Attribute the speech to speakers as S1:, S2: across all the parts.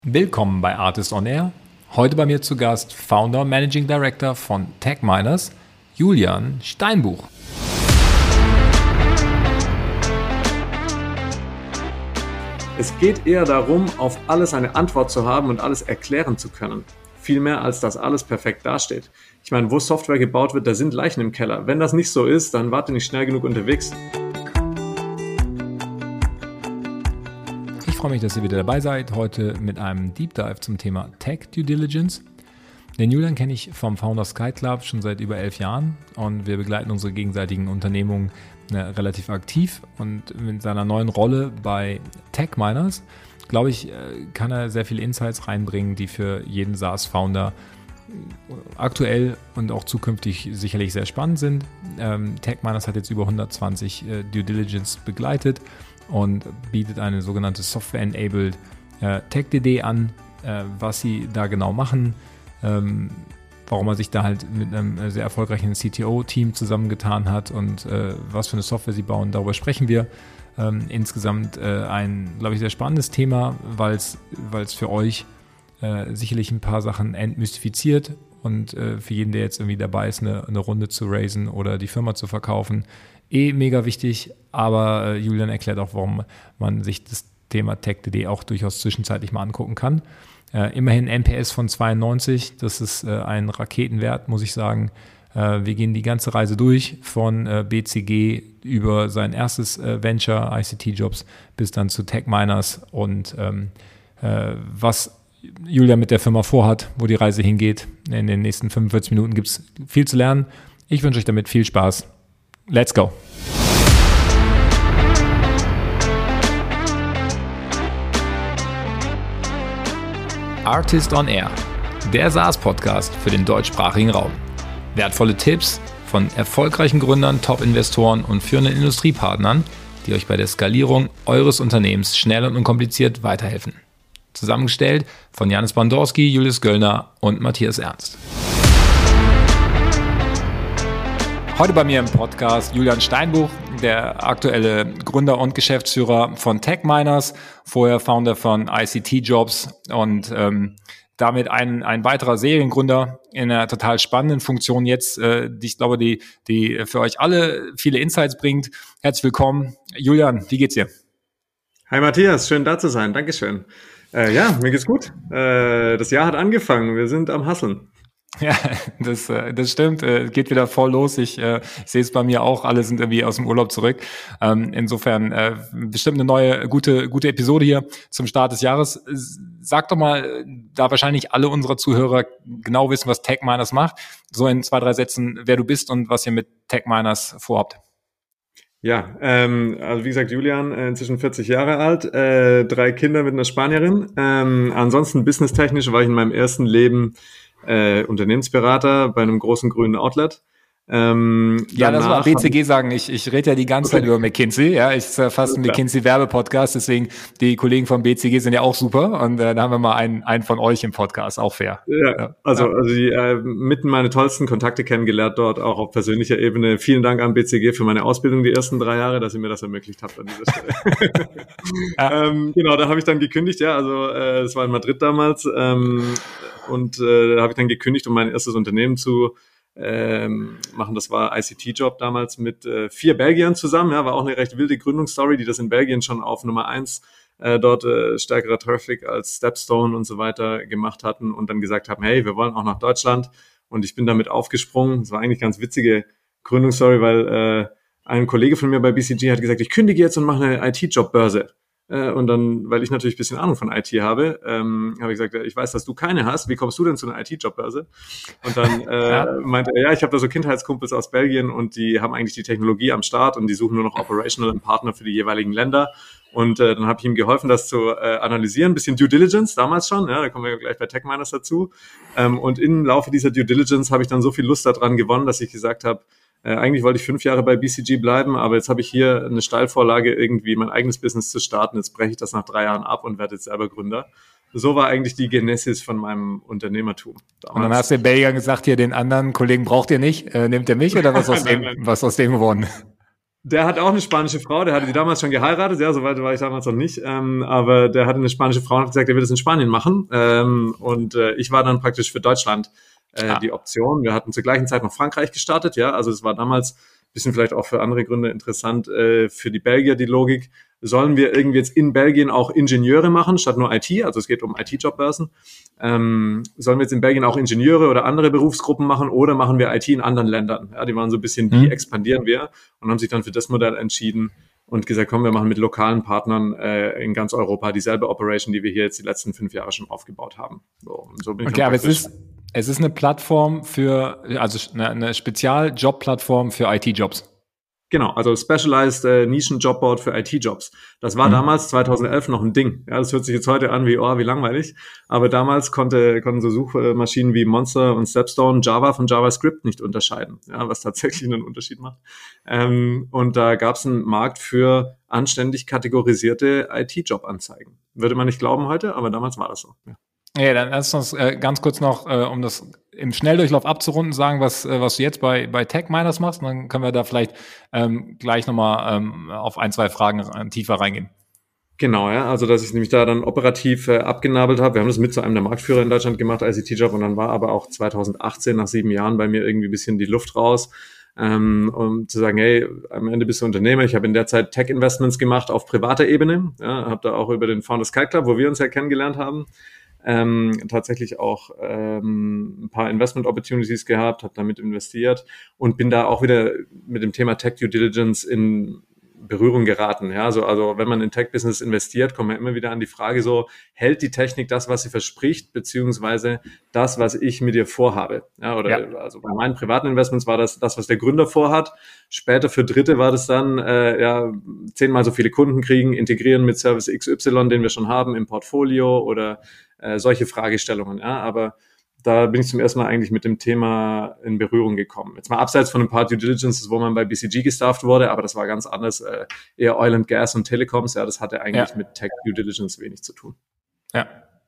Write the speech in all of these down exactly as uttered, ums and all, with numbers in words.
S1: Willkommen bei Artist on Air. Heute bei mir zu Gast Founder und Managing Director von Techminers, Julian Steinbuch.
S2: Es geht eher darum, auf alles eine Antwort zu haben und alles erklären zu können. Viel mehr, als dass alles perfekt dasteht. Ich meine, wo Software gebaut wird, da sind Leichen im Keller. Wenn das nicht so ist, dann warte nicht schnell genug unterwegs.
S1: Ich freue mich, dass ihr wieder dabei seid. Heute mit einem Deep Dive zum Thema Tech Due Diligence. Den Julian kenne ich vom Founders Sky Club schon seit über elf Jahren und wir begleiten unsere gegenseitigen Unternehmungen äh, relativ aktiv. Und mit seiner neuen Rolle bei Techminers, glaube ich, äh, kann er sehr viele Insights reinbringen, die für jeden SaaS-Founder aktuell und auch zukünftig sicherlich sehr spannend sind. Ähm, Techminers hat jetzt über hundertzwanzig äh, Due Diligence begleitet und bietet eine sogenannte Software-Enabled äh, Tech-D D an, äh, was sie da genau machen, ähm, warum er sich da halt mit einem sehr erfolgreichen C T O-Team zusammengetan hat und äh, was für eine Software sie bauen, darüber sprechen wir. Ähm, insgesamt äh, ein, glaube ich, sehr spannendes Thema, weil es für euch äh, sicherlich ein paar Sachen entmystifiziert und äh, für jeden, der jetzt irgendwie dabei ist, eine, eine Runde zu raisen oder die Firma zu verkaufen, eh mega wichtig, aber äh, Julian erklärt auch, warum man sich das Thema Tech-D D auch durchaus zwischenzeitlich mal angucken kann. Äh, immerhin N P S von zweiundneunzig, das ist äh, ein Raketenwert, muss ich sagen. Äh, wir gehen die ganze Reise durch von äh, B C G über sein erstes äh, Venture, I C T-Jobs, bis dann zu Techminers und ähm, äh, was Julian mit der Firma vorhat, wo die Reise hingeht. In den nächsten fünfundvierzig Minuten gibt es viel zu lernen. Ich wünsche euch damit viel Spaß. Let's go! Artist on Air, der SaaS-Podcast für den deutschsprachigen Raum. Wertvolle Tipps von erfolgreichen Gründern, Top-Investoren und führenden Industriepartnern, die euch bei der Skalierung eures Unternehmens schnell und unkompliziert weiterhelfen. Zusammengestellt von Janis Bandorski, Julius Göllner und Matthias Ernst. Heute bei mir im Podcast Julian Steinbuch, der aktuelle Gründer und Geschäftsführer von Techminers, vorher Founder von I C T-Jobs und ähm, damit ein, ein weiterer Seriengründer in einer total spannenden Funktion jetzt, äh, die ich glaube, die, die für euch alle viele Insights bringt. Herzlich willkommen. Julian, wie geht's dir?
S2: Hi Matthias, schön da zu sein. Dankeschön. Äh, ja, mir geht's gut. Äh, das Jahr hat angefangen. Wir sind am Hustlen.
S1: Ja, das, äh, das stimmt. Äh, geht wieder voll los. Ich, äh, ich sehe es bei mir auch. Alle sind irgendwie aus dem Urlaub zurück. Ähm, insofern äh, bestimmt eine neue, gute, gute Episode hier zum Start des Jahres. Sag doch mal, da wahrscheinlich alle unserer Zuhörer genau wissen, was Techminers macht, so in zwei, drei Sätzen, wer du bist und was ihr mit Techminers vorhabt.
S2: Ja, ähm, also wie gesagt, Julian, äh, inzwischen vierzig Jahre alt, äh, drei Kinder mit einer Spanierin. Ähm, ansonsten businesstechnisch war ich in meinem ersten Leben äh, Unternehmensberater bei einem großen grünen Outlet. Ähm,
S1: ja, das war B C G sagen. Ich, ich rede ja die ganze okay. Zeit über McKinsey. Ja, ich ist ja fast ein McKinsey-Werbepodcast, deswegen die Kollegen von B C G sind ja auch super und äh, da haben wir mal einen, einen von euch im Podcast, auch fair.
S2: Ja, ja. also, ja. also die, äh, mitten meine tollsten Kontakte kennengelernt dort, auch auf persönlicher Ebene. Vielen Dank an B C G für meine Ausbildung die ersten drei Jahre, dass ihr mir das ermöglicht habt an dieser Stelle. ja. ähm, genau, da habe ich dann gekündigt, ja, also äh, es war in Madrid damals ähm, und äh, da habe ich dann gekündigt, um mein erstes Unternehmen zu ähm, machen. Das war I C T-Job damals mit äh, vier Belgiern zusammen. Ja, war auch eine recht wilde Gründungsstory, die das in Belgien schon auf Nummer eins äh, dort äh, stärkerer Traffic als Stepstone und so weiter gemacht hatten und dann gesagt haben, hey, wir wollen auch nach Deutschland und ich bin damit aufgesprungen. Das war eigentlich ganz witzige Gründungsstory, weil äh, ein Kollege von mir bei B C G hat gesagt, ich kündige jetzt und mache eine I T-Job-Börse. Und dann, weil ich natürlich ein bisschen Ahnung von I T habe, ähm, habe ich gesagt, ich weiß, dass du keine hast. Wie kommst du denn zu einer I T-Jobbörse? Und dann äh, ja. meinte er, ja, ich habe da so Kindheitskumpels aus Belgien und die haben eigentlich die Technologie am Start und die suchen nur noch operational Partner für die jeweiligen Länder. Und äh, dann habe ich ihm geholfen, das zu äh, analysieren, ein bisschen Due Diligence damals schon, ja, da kommen wir gleich bei Techminers dazu. Ähm, und im Laufe dieser Due Diligence habe ich dann so viel Lust daran gewonnen, dass ich gesagt habe, Äh, eigentlich wollte ich fünf Jahre bei B C G bleiben, aber jetzt habe ich hier eine Steilvorlage, irgendwie mein eigenes Business zu starten. Jetzt breche ich das nach drei Jahren ab und werde jetzt selber Gründer. So war eigentlich die Genesis von meinem Unternehmertum damals.
S1: Und dann hast du den Belgiern gesagt, hier den anderen Kollegen braucht ihr nicht, äh, nehmt ihr mich oder was aus dem, was aus dem geworden?
S2: Der hat auch eine spanische Frau, der hatte die damals schon geheiratet, ja, soweit war ich damals noch nicht, ähm, aber der hatte eine spanische Frau und hat gesagt, er will das in Spanien machen, ähm, und äh, ich war dann praktisch für Deutschland äh, ah. die Option. Wir hatten zur gleichen Zeit noch Frankreich gestartet, ja, also es war damals ein bisschen vielleicht auch für andere Gründe interessant, äh, für die Belgier die Logik, sollen wir irgendwie jetzt in Belgien auch Ingenieure machen, statt nur I T, also es geht um I T-Jobbörsen, ähm, sollen wir jetzt in Belgien auch Ingenieure oder andere Berufsgruppen machen oder machen wir I T in anderen Ländern? Ja, die waren so ein bisschen, wie mhm. expandieren wir, und haben sich dann für das Modell entschieden und gesagt, komm, wir machen mit lokalen Partnern äh, in ganz Europa dieselbe Operation, die wir hier jetzt die letzten fünf Jahre schon aufgebaut haben. So, und so bin ich
S1: okay, aber es ist, es ist eine Plattform für, also eine, eine Spezial-Job-Plattform für I T-Jobs.
S2: Genau, also Specialized äh, Nischen-Jobboard für I T-Jobs. Das war mhm. damals zweitausendelf noch ein Ding. Ja, das hört sich jetzt heute an wie, oh, wie langweilig. Aber damals konnte, konnten so Suchmaschinen wie Monster und Stepstone Java von JavaScript nicht unterscheiden, ja, was tatsächlich einen Unterschied macht. Ähm, und da gab es einen Markt für anständig kategorisierte I T-Job-Anzeigen. Würde man nicht glauben heute, aber damals war das so. Ja.
S1: Ja, dann lass uns äh, ganz kurz noch, äh, um das im Schnelldurchlauf abzurunden, sagen, was äh, was du jetzt bei bei Techminers machst. Und dann können wir da vielleicht ähm, gleich nochmal ähm, auf ein, zwei Fragen äh, tiefer reingehen.
S2: Genau, ja, also dass ich nämlich da dann operativ äh, abgenabelt habe. Wir haben das mit zu einem der Marktführer in Deutschland gemacht, I C T-Job, und dann war aber auch zweitausendachtzehn, nach sieben Jahren, bei mir irgendwie ein bisschen die Luft raus, ähm, um zu sagen, hey, am Ende bist du Unternehmer. Ich habe in der Zeit Tech-Investments gemacht auf privater Ebene, ja, habe da auch über den Founders Kite Club, wo wir uns ja kennengelernt haben, Ähm, tatsächlich auch ähm, ein paar Investment Opportunities gehabt, habe damit investiert und bin da auch wieder mit dem Thema Tech Due Diligence in Berührung geraten. Ja, so, also wenn man in Tech-Business investiert, kommt man immer wieder an die Frage so, hält die Technik das, was sie verspricht, beziehungsweise das, was ich mit ihr vorhabe? Ja, oder ja. Also bei meinen privaten Investments war das das, was der Gründer vorhat. Später für Dritte war das dann, äh, ja, zehnmal so viele Kunden kriegen, integrieren mit Service X Y, den wir schon haben im Portfolio, oder äh, solche Fragestellungen. Ja, aber da bin ich zum ersten Mal eigentlich mit dem Thema in Berührung gekommen. Jetzt mal abseits von ein paar Due Diligences, wo man bei B C G gestafft wurde, aber das war ganz anders, äh, eher Oil and Gas und Telecoms. Ja, das hatte eigentlich ja. mit Tech Due Diligence wenig zu tun.
S1: Ja.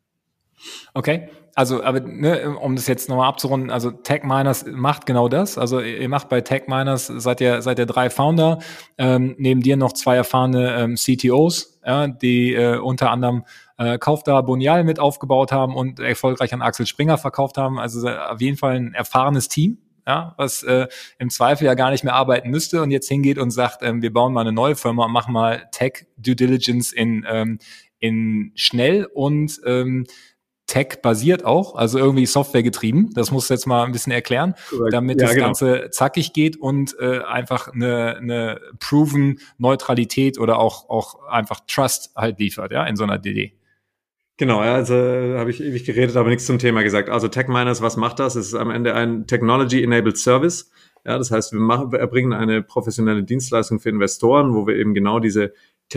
S1: Okay, also aber ne, um das jetzt nochmal abzurunden, also Techminers macht genau das. Also ihr macht bei Techminers, seid ihr seid ihr drei Founder, ähm, neben dir noch zwei erfahrene ähm, C T Os, ja, die äh, unter anderem äh, Kaufda Bonial mit aufgebaut haben und erfolgreich an Axel Springer verkauft haben. Also auf jeden Fall ein erfahrenes Team, ja, was äh, im Zweifel ja gar nicht mehr arbeiten müsste und jetzt hingeht und sagt, ähm, wir bauen mal eine neue Firma und machen mal Tech Due Diligence in ähm, in schnell und ähm, Tech-basiert auch, also irgendwie Software getrieben. Das musst du jetzt mal ein bisschen erklären, damit ja, das genau. Ganze zackig geht und äh, einfach eine, eine proven Neutralität oder auch auch einfach Trust halt liefert, ja, in so einer D D.
S2: Genau, ja, also habe ich ewig geredet, aber nichts zum Thema gesagt. Also Techminers, was macht das? Es ist am Ende ein Technology-Enabled Service. Ja, das heißt, wir, machen, wir erbringen eine professionelle Dienstleistung für Investoren, wo wir eben genau diese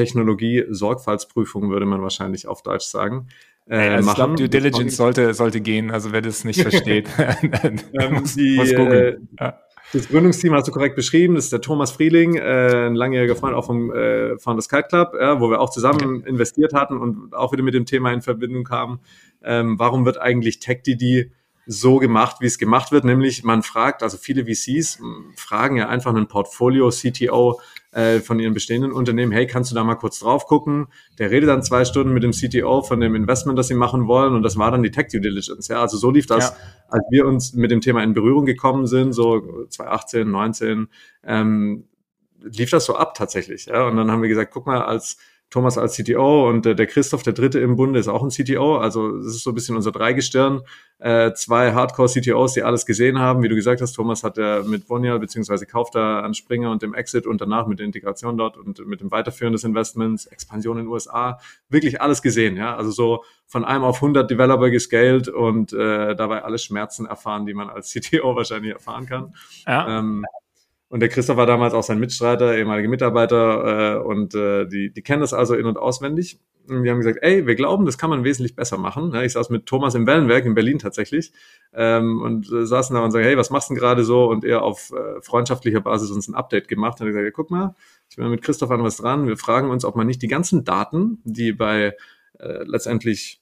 S2: Technologie-Sorgfaltsprüfung, würde man wahrscheinlich auf Deutsch sagen,
S1: Äh, also ich glaube, Due Diligence sollte, sollte gehen, also wer das nicht versteht.
S2: ähm, muss, die, muss äh, ja. Das Gründungsteam hast du korrekt beschrieben, das ist der Thomas Frieling, äh, ein langjähriger Freund auch vom äh, Founders Kite Club, ja, wo wir auch zusammen okay. investiert hatten und auch wieder mit dem Thema in Verbindung kamen. Ähm, warum wird eigentlich TechDD die so gemacht, wie es gemacht wird, nämlich man fragt, also viele V Cs fragen ja einfach einen Portfolio-C T O äh, von ihren bestehenden Unternehmen, hey, kannst du da mal kurz drauf gucken? Der redet dann zwei Stunden mit dem C T O von dem Investment, das sie machen wollen, und das war dann die Tech Due Diligence. Ja, also so lief das, ja. als wir uns mit dem Thema in Berührung gekommen sind, so zwanzig achtzehn, neunzehn, ähm, lief das so ab tatsächlich. Ja, und dann haben wir gesagt, guck mal, als Thomas als C T O und äh, der Christoph, der Dritte im Bunde, ist auch ein C T O. Also das ist so ein bisschen unser Dreigestirn. Äh, zwei Hardcore-C T Os, die alles gesehen haben. Wie du gesagt hast, Thomas hat ja mit Bonial beziehungsweise Kaufda an Springer und dem Exit und danach mit der Integration dort und mit dem Weiterführen des Investments, Expansion in den U S A, wirklich alles gesehen. Ja, also so von einem auf hundert Developer gescaled und äh, dabei alle Schmerzen erfahren, die man als C T O wahrscheinlich erfahren kann. Ja. Ähm, Und der Christoph war damals auch sein Mitstreiter, ehemaliger Mitarbeiter, äh, und äh, die, die kennen das also in- und auswendig. Und die haben gesagt, ey, wir glauben, das kann man wesentlich besser machen. Ja, ich saß mit Thomas im Wellenwerk in Berlin tatsächlich ähm, und äh, saßen da und sagen, hey, was machst du denn gerade so? Und er auf äh, freundschaftlicher Basis uns ein Update gemacht. Und er hat gesagt, ja, guck mal, ich bin mit Christoph an was dran. Wir fragen uns, ob man nicht die ganzen Daten, die bei äh, letztendlich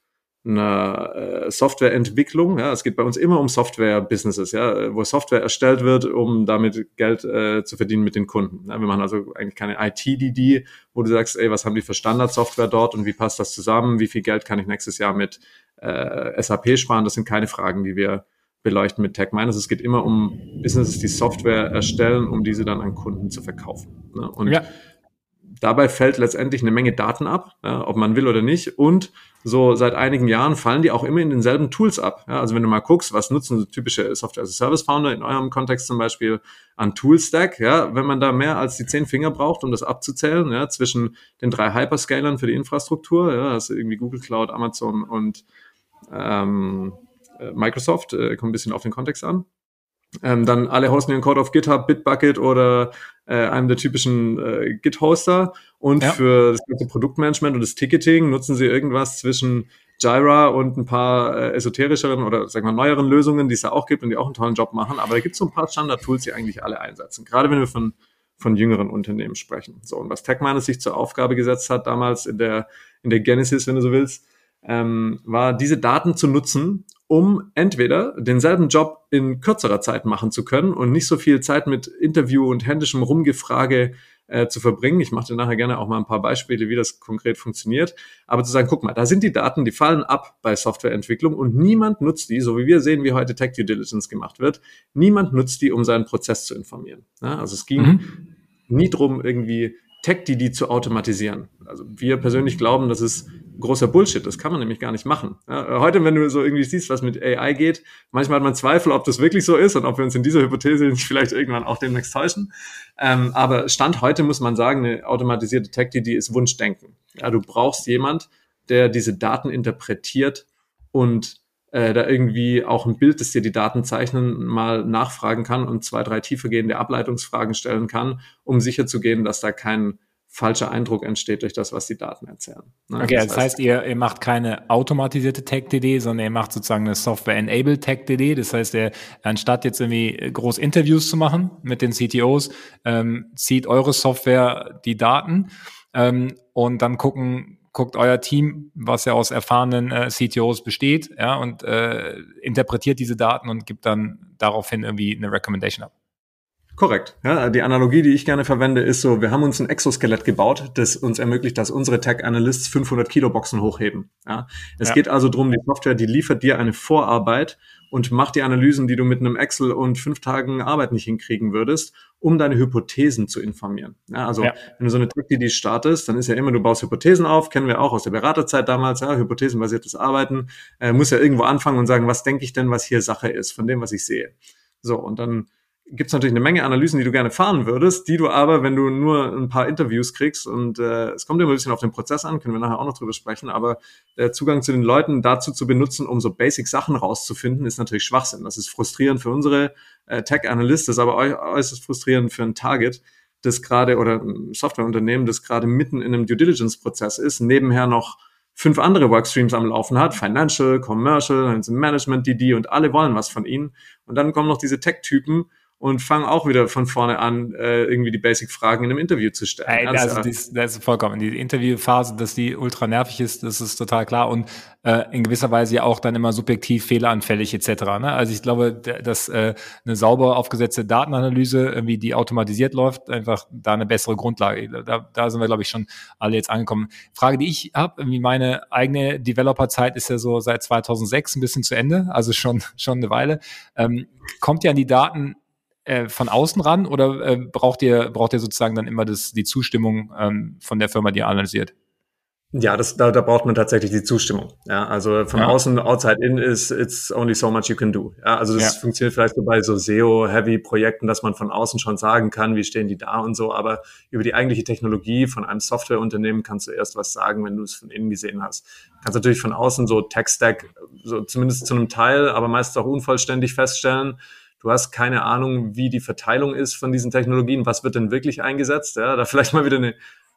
S2: einer äh, Softwareentwicklung. Ja, es geht bei uns immer um Software-Businesses, ja, wo Software erstellt wird, um damit Geld äh, zu verdienen mit den Kunden. Ja, wir machen also eigentlich keine I T-D D, wo du sagst, ey, was haben die für Standardsoftware dort und wie passt das zusammen? Wie viel Geld kann ich nächstes Jahr mit äh, S A P sparen? Das sind keine Fragen, die wir beleuchten mit Tech-Miners. Es geht immer um Businesses, die Software erstellen, um diese dann an Kunden zu verkaufen. Ne? Und ja. dabei fällt letztendlich eine Menge Daten ab, ja, ob man will oder nicht. Und so seit einigen Jahren fallen die auch immer in denselben Tools ab. Ja, also wenn du mal guckst, was nutzen so typische Software-as-a-Service-Founder in eurem Kontext zum Beispiel an Toolstack, ja, wenn man da mehr als die zehn Finger braucht, um das abzuzählen, ja, zwischen den drei Hyperscalern für die Infrastruktur, ja, also irgendwie Google Cloud, Amazon und ähm, Microsoft, äh, kommt ein bisschen auf den Kontext an. Ähm, dann alle hosten ihren Code auf GitHub, Bitbucket oder äh, einem der typischen äh, Git-Hoster. Und ja. für das ganze Produktmanagement und das Ticketing nutzen sie irgendwas zwischen Jira und ein paar äh, esoterischeren oder sagen wir neueren Lösungen, die es da auch gibt und die auch einen tollen Job machen. Aber da gibt es so ein paar Standard-Tools, die eigentlich alle einsetzen. Gerade wenn wir von von jüngeren Unternehmen sprechen. So, und was Tech-Miners sich zur Aufgabe gesetzt hat damals in der in der Genesis, wenn du so willst, ähm, war diese Daten zu nutzen, um entweder denselben Job in kürzerer Zeit machen zu können und nicht so viel Zeit mit Interview und händischem Rumgefrage äh, zu verbringen. Ich mache dir nachher gerne auch mal ein paar Beispiele, wie das konkret funktioniert. Aber zu sagen, guck mal, da sind die Daten, die fallen ab bei Softwareentwicklung und niemand nutzt die, so wie wir sehen, wie heute Tech Due Diligence gemacht wird, niemand nutzt die, um seinen Prozess zu informieren. Ja, also es ging mhm. nie drum, irgendwie Tech-D D zu automatisieren. Also wir persönlich glauben, das ist großer Bullshit. Das kann man nämlich gar nicht machen. Ja, heute, wenn du so irgendwie siehst, was mit A I geht, manchmal hat man Zweifel, ob das wirklich so ist und ob wir uns in dieser Hypothese nicht vielleicht irgendwann auch demnächst täuschen. Ähm, aber Stand heute muss man sagen, eine automatisierte Tech-D D ist Wunschdenken. Ja, du brauchst jemand, der diese Daten interpretiert und äh, da irgendwie auch ein Bild, das dir die Daten zeichnen, mal nachfragen kann und zwei, drei tiefergehende Ableitungsfragen stellen kann, um sicherzugehen, dass da kein falscher Eindruck entsteht durch das, was die Daten erzählen.
S1: Ne? Okay, das, das heißt, heißt, ihr, ihr macht keine automatisierte Tech-D D, sondern ihr macht sozusagen eine Software-enabled Tech-D D. Das heißt, ihr, anstatt jetzt irgendwie groß Interviews zu machen mit den C T Os, ähm, zieht eure Software die Daten ähm, und dann gucken, guckt euer Team, was ja aus erfahrenen äh, C T Os besteht, ja, und äh, interpretiert diese Daten und gibt dann daraufhin irgendwie eine Recommendation ab.
S2: Korrekt. Ja, die Analogie, die ich gerne verwende, ist so, wir haben uns ein Exoskelett gebaut, das uns ermöglicht, dass unsere Tech-Analysts fünfhundert Kilo Boxen hochheben. Ja, es ja. geht also darum, die Software, die liefert dir eine Vorarbeit und macht die Analysen, die du mit einem Excel und fünf Tagen Arbeit nicht hinkriegen würdest, um deine Hypothesen zu informieren. Ja, also ja. wenn du so eine Tech-D D startest, dann ist ja immer, du baust Hypothesen auf, kennen wir auch aus der Beraterzeit damals, ja, hypothesenbasiertes Arbeiten, äh, muss ja irgendwo anfangen und sagen, was denke ich denn, was hier Sache ist, von dem, was ich sehe. So, und dann gibt es natürlich eine Menge Analysen, die du gerne fahren würdest, die du aber, wenn du nur ein paar Interviews kriegst und äh, es kommt immer ein bisschen auf den Prozess an, können wir nachher auch noch drüber sprechen, aber der Zugang zu den Leuten dazu zu benutzen, um so Basic-Sachen rauszufinden, ist natürlich Schwachsinn. Das ist frustrierend für unsere äh, Tech-Analysts, das ist aber äußerst frustrierend für ein Target, das gerade, oder ein Softwareunternehmen, das gerade mitten in einem Due-Diligence-Prozess ist, nebenher noch fünf andere Workstreams am Laufen hat, Financial, Commercial, Management, D D und alle wollen was von ihnen. Und dann kommen noch diese Tech-Typen und fangen auch wieder von vorne an, äh, irgendwie die Basic-Fragen in einem Interview zu stellen.
S1: Ey, also das, das ist vollkommen. Die Interviewphase, dass die ultra nervig ist, das ist total klar und äh, in gewisser Weise ja auch dann immer subjektiv fehleranfällig et cetera. Ne? Also ich glaube, dass äh, eine sauber aufgesetzte Datenanalyse, irgendwie die automatisiert läuft, einfach da eine bessere Grundlage. Da, da sind wir, glaube ich, schon alle jetzt angekommen. Frage, die ich habe, irgendwie meine eigene Developer-Zeit ist ja so seit zweitausendsechs ein bisschen zu Ende, also schon schon eine Weile. Ähm, kommt ja an die Daten Äh, von außen ran oder äh, braucht ihr braucht ihr sozusagen dann immer das die Zustimmung ähm, von der Firma, die ihr analysiert?
S2: Ja, das, da, da braucht man tatsächlich die Zustimmung. Ja, also von ja. außen, outside in ist, it's only so much you can do. Ja, also das ja. funktioniert vielleicht so bei so S E O-Heavy-Projekten, dass man von außen schon sagen kann, wie stehen die da und so, aber über die eigentliche Technologie von einem Softwareunternehmen kannst du erst was sagen, wenn du es von innen gesehen hast. Du kannst natürlich von außen so Tech-Stack, so zumindest zu einem Teil, aber meistens auch unvollständig feststellen. Du hast keine Ahnung, wie die Verteilung ist von diesen Technologien. Was wird denn wirklich eingesetzt? Ja, da vielleicht mal wieder eine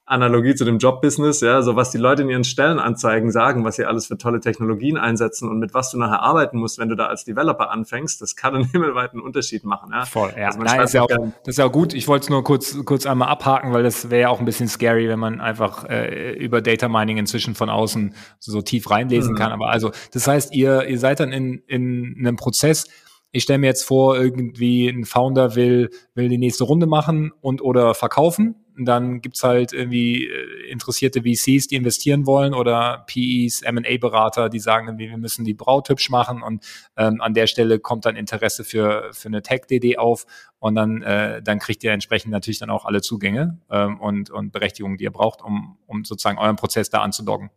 S2: Analogie zu dem Jobbusiness, ja, so was die Leute in ihren Stellenanzeigen sagen, was sie alles für tolle Technologien einsetzen und mit was du nachher arbeiten musst, wenn du da als Developer anfängst, das kann einen himmelweiten Unterschied machen. Ja.
S1: Voll, ja. Also Nein, ist ja auch, das ist ja auch gut. Ich wollte es nur kurz, kurz einmal abhaken, weil das wäre ja auch ein bisschen scary, wenn man einfach äh, über Data Mining inzwischen von außen so, so tief reinlesen mhm. kann. Aber also, das heißt, ihr, ihr seid dann in, in einem Prozess. Ich stelle mir jetzt vor, irgendwie ein Founder will, will die nächste Runde machen und oder verkaufen. Und dann gibt's halt irgendwie interessierte V Cs, die investieren wollen oder P Es, M and A-Berater, die sagen irgendwie, wir müssen die Braut hübsch machen und ähm, an der Stelle kommt dann Interesse für für eine Tech-D D auf und dann äh, dann kriegt ihr entsprechend natürlich dann auch alle Zugänge ähm, und und Berechtigungen, die ihr braucht, um um sozusagen euren Prozess da anzudoggen.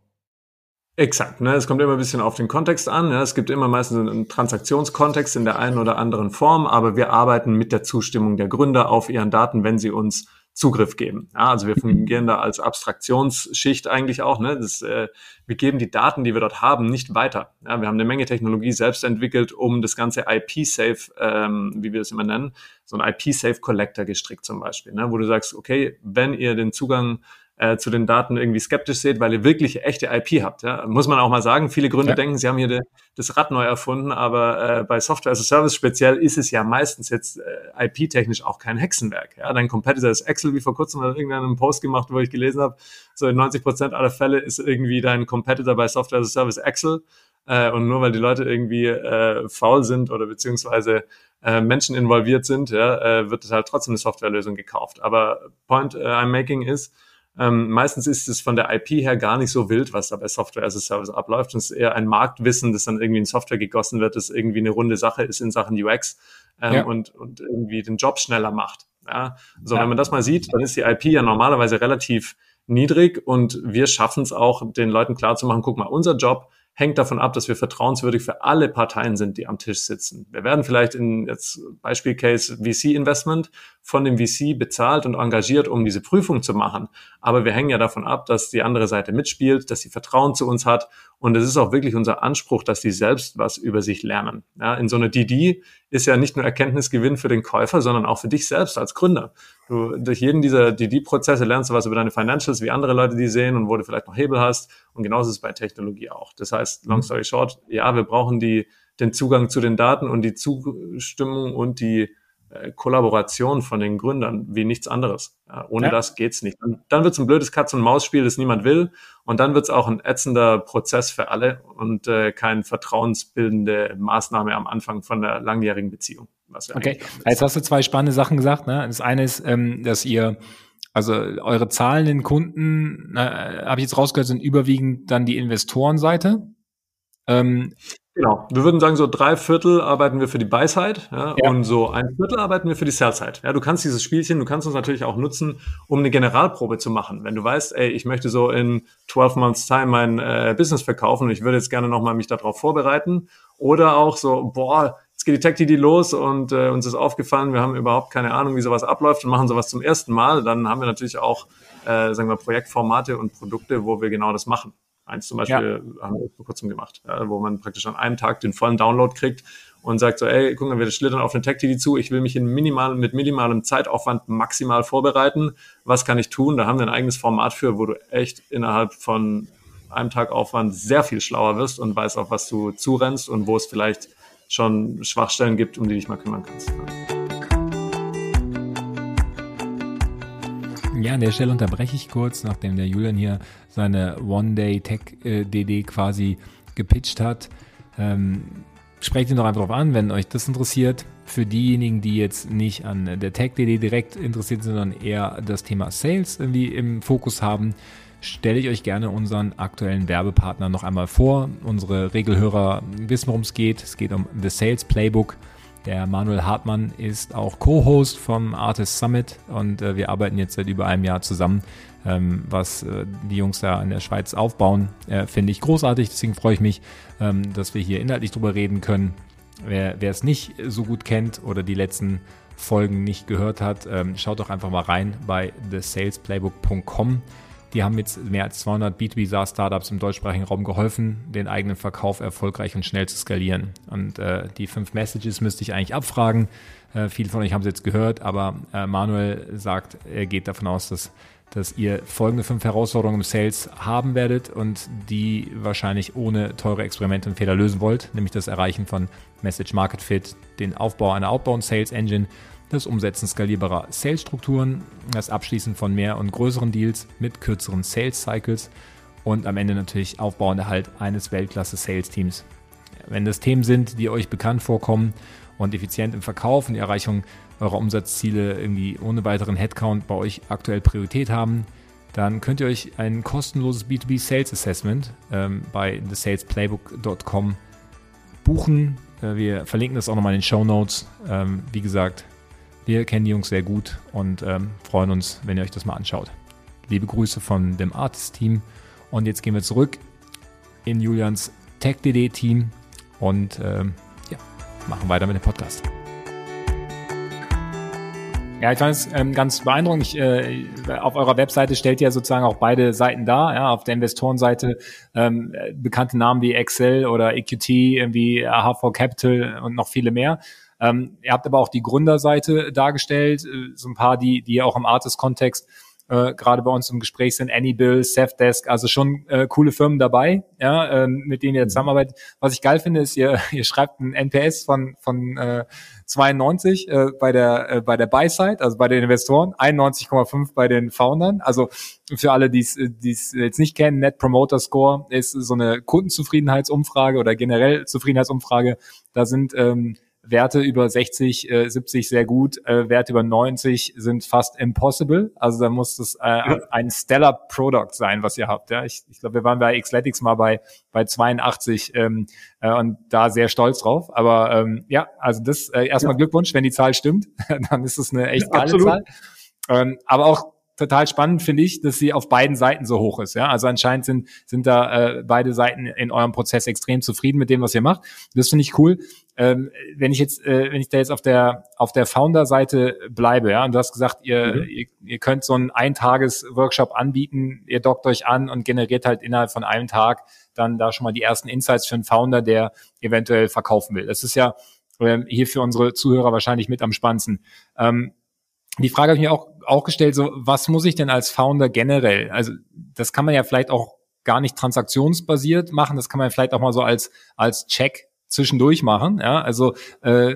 S2: Exakt, ne? Es kommt immer ein bisschen auf den Kontext an. Ja? Es gibt immer meistens einen Transaktionskontext in der einen oder anderen Form, aber wir arbeiten mit der Zustimmung der Gründer auf ihren Daten, wenn sie uns Zugriff geben. Ja, also wir fungieren da als Abstraktionsschicht eigentlich auch. Ne? Das, äh, wir geben die Daten, die wir dort haben, nicht weiter. Ja, wir haben eine Menge Technologie selbst entwickelt, um das ganze I P-Safe, ähm, wie wir es immer nennen, so ein I P-Safe-Collector gestrickt zum Beispiel, ne? Wo du sagst, okay, wenn ihr den Zugang äh, zu den Daten irgendwie skeptisch seht, weil ihr wirklich echte I P habt. Ja? Muss man auch mal sagen, viele Gründer ja. denken, sie haben hier de, das Rad neu erfunden, aber äh, bei Software as a Service speziell ist es ja meistens jetzt äh, I P-technisch auch kein Hexenwerk. Ja? Dein Competitor ist Excel, wie vor kurzem mal irgendeinen Post gemacht, wo ich gelesen habe, so in neunzig Prozent aller Fälle ist irgendwie dein Competitor bei Software as a Service Excel. Äh, und nur weil die Leute irgendwie äh, faul sind oder beziehungsweise äh, Menschen involviert sind, ja, äh, wird halt trotzdem eine Softwarelösung gekauft. Aber point uh, I'm making ist, Ähm, meistens ist es von der I P her gar nicht so wild, was da bei Software as a Service abläuft. Es ist eher ein Marktwissen, das dann irgendwie in Software gegossen wird, das irgendwie eine runde Sache ist in Sachen U X ähm, ja. und, und irgendwie den Job schneller macht. Ja? So, ja. Wenn man das mal sieht, dann ist die I P ja normalerweise relativ niedrig und wir schaffen es auch, den Leuten klarzumachen, guck mal, unser Job hängt davon ab, dass wir vertrauenswürdig für alle Parteien sind, die am Tisch sitzen. Wir werden vielleicht in jetzt Beispielcase V C-Investment von dem V C bezahlt und engagiert, um diese Prüfung zu machen. Aber wir hängen ja davon ab, dass die andere Seite mitspielt, dass sie Vertrauen zu uns hat. Und es ist auch wirklich unser Anspruch, dass die selbst was über sich lernen. Ja, in so einer D D ist ja nicht nur Erkenntnisgewinn für den Käufer, sondern auch für dich selbst als Gründer. Du, durch jeden dieser D D-Prozesse lernst du was über deine Financials, wie andere Leute die sehen und wo du vielleicht noch Hebel hast. Und genauso ist es bei Technologie auch. Das heißt, long story short, ja, wir brauchen die, den Zugang zu den Daten und die Zustimmung und die äh, Kollaboration von den Gründern wie nichts anderes. Ja, ohne ja. das geht's nicht. Und dann wird's ein blödes Katz-und-Maus-Spiel, das niemand will. Und dann wird's auch ein ätzender Prozess für alle und äh, keine vertrauensbildende Maßnahme am Anfang von einer langjährigen Beziehung. Was wir
S1: okay, jetzt hast du zwei spannende Sachen gesagt. Ne? Das eine ist, ähm, dass ihr Also eure zahlenden Kunden, äh, habe ich jetzt rausgehört, sind überwiegend dann die Investorenseite. Ähm,
S2: genau, wir würden sagen, so drei Viertel arbeiten wir für die Buy-Side ja, ja. und so ein Viertel arbeiten wir für die Sell-Side. Ja, du kannst dieses Spielchen, du kannst uns natürlich auch nutzen, um eine Generalprobe zu machen. Wenn du weißt, ey, ich möchte so in zwölf Months Time mein äh, Business verkaufen und ich würde jetzt gerne nochmal mich darauf vorbereiten. Oder auch so, boah, jetzt geht die Tech-D D los und äh, uns ist aufgefallen, wir haben überhaupt keine Ahnung, wie sowas abläuft und machen sowas zum ersten Mal. Dann haben wir natürlich auch, äh, sagen wir, Projektformate und Produkte, wo wir genau das machen. Eins zum Beispiel ja. haben wir vor kurzem gemacht, ja, wo man praktisch an einem Tag den vollen Download kriegt und sagt so, ey, guck mal, wir schlittern auf eine Tech-D D zu, ich will mich in minimal, mit minimalem Zeitaufwand maximal vorbereiten. Was kann ich tun? Da haben wir ein eigenes Format für, wo du echt innerhalb von einem Tag Aufwand sehr viel schlauer wirst und weißt, auf was du zurennst und wo es vielleicht schon Schwachstellen gibt, um die dich mal kümmern kannst.
S1: Ja, an der Stelle unterbreche ich kurz, nachdem der Julian hier seine One-Day-Tech-D D quasi gepitcht hat. Ähm, sprecht ihn doch einfach drauf an, wenn euch das interessiert. Für diejenigen, die jetzt nicht an der Tech-D D direkt interessiert sind, sondern eher das Thema Sales irgendwie im Fokus haben, stelle ich euch gerne unseren aktuellen Werbepartner noch einmal vor. Unsere Regelhörer wissen, worum es geht. Es geht um The Sales Playbook. Der Manuel Hartmann ist auch Co-Host vom Artist Summit und äh, wir arbeiten jetzt seit über einem Jahr zusammen. Ähm, was äh, die Jungs da in der Schweiz aufbauen, äh, finde ich großartig. Deswegen freue ich mich, ähm, dass wir hier inhaltlich drüber reden können. Wer wer es nicht so gut kennt oder die letzten Folgen nicht gehört hat, ähm, schaut doch einfach mal rein bei the sales playbook punkt com. Die haben jetzt mehr als zweihundert B zwei B SaaS-Startups im deutschsprachigen Raum geholfen, den eigenen Verkauf erfolgreich und schnell zu skalieren. Und äh, die fünf Messages müsste ich eigentlich abfragen. Äh, viele von euch haben es jetzt gehört, aber äh, Manuel sagt, er geht davon aus, dass dass ihr folgende fünf Herausforderungen im Sales haben werdet und die wahrscheinlich ohne teure Experimente und Fehler lösen wollt, nämlich das Erreichen von Message Market Fit, den Aufbau einer Outbound Sales Engine, das Umsetzen skalierbarer Sales-Strukturen, das Abschließen von mehr und größeren Deals mit kürzeren Sales-Cycles und am Ende natürlich Aufbau und Erhalt eines Weltklasse-Sales-Teams. Wenn das Themen sind, die euch bekannt vorkommen und effizient im Verkauf und die Erreichung eurer Umsatzziele irgendwie ohne weiteren Headcount bei euch aktuell Priorität haben, dann könnt ihr euch ein kostenloses B zwei B Sales Assessment ähm, bei the sales playbook dot com buchen. Äh, wir verlinken das auch nochmal in den Shownotes. Ähm, wie gesagt, wir kennen die Jungs sehr gut und ähm, freuen uns, wenn ihr euch das mal anschaut. Liebe Grüße von dem Artist-Team und jetzt gehen wir zurück in Julians TechDD-Team und ähm, ja, machen weiter mit dem Podcast. Ja, ich fand es ähm, ganz beeindruckend. Ich, äh, auf eurer Webseite stellt ihr ja sozusagen auch beide Seiten dar. Ja, auf der Investorenseite ähm, bekannte Namen wie Excel oder E Q T, irgendwie H V Capital und noch viele mehr. Ähm, ihr habt aber auch die Gründerseite dargestellt, äh, so ein paar, die, die auch im Artist-Kontext äh, gerade bei uns im Gespräch sind, Anybill, Safdesk, also schon äh, coole Firmen dabei, ja, äh, mit denen ihr zusammenarbeitet. Was ich geil finde, ist, ihr, ihr schreibt ein N P S von von äh, zweiundneunzig äh, bei der äh, bei der Buy-Side, also bei den Investoren, einundneunzig Komma fünf bei den Foundern. Also für alle, die es die es jetzt nicht kennen, Net Promoter Score ist so eine Kundenzufriedenheitsumfrage oder generell Zufriedenheitsumfrage. Da sind ähm, Werte über sechzig, äh, siebzig sehr gut, äh, Werte über neunzig sind fast impossible. Also da muss das äh, ja. ein Stellar Product sein, was ihr habt. Ja, ich, ich glaube, wir waren bei Xletics mal bei bei zweiundachtzig ähm, äh, und da sehr stolz drauf. Aber ähm, ja, also das äh, erstmal ja. Glückwunsch, wenn die Zahl stimmt, dann ist es eine echt ja, geile absolut. Zahl. Ähm, aber auch total spannend finde ich, dass sie auf beiden Seiten so hoch ist. Ja, also anscheinend sind sind da äh, beide Seiten in eurem Prozess extrem zufrieden mit dem, was ihr macht. Das finde ich cool. Ähm, wenn ich jetzt, äh, wenn ich da jetzt auf der auf der Founder-Seite bleibe, ja, und du hast gesagt, ihr mhm. ihr, ihr könnt so einen Eintages-Workshop anbieten, ihr dockt euch an und generiert halt innerhalb von einem Tag dann da schon mal die ersten Insights für einen Founder, der eventuell verkaufen will. Das ist ja ähm, hier für unsere Zuhörer wahrscheinlich mit am spannendsten. Ähm, Die Frage habe ich mir auch, auch gestellt, so, was muss ich denn als Founder generell? Also, das kann man ja vielleicht auch gar nicht transaktionsbasiert machen. Das kann man vielleicht auch mal so als, als Check zwischendurch machen. Ja, also, äh,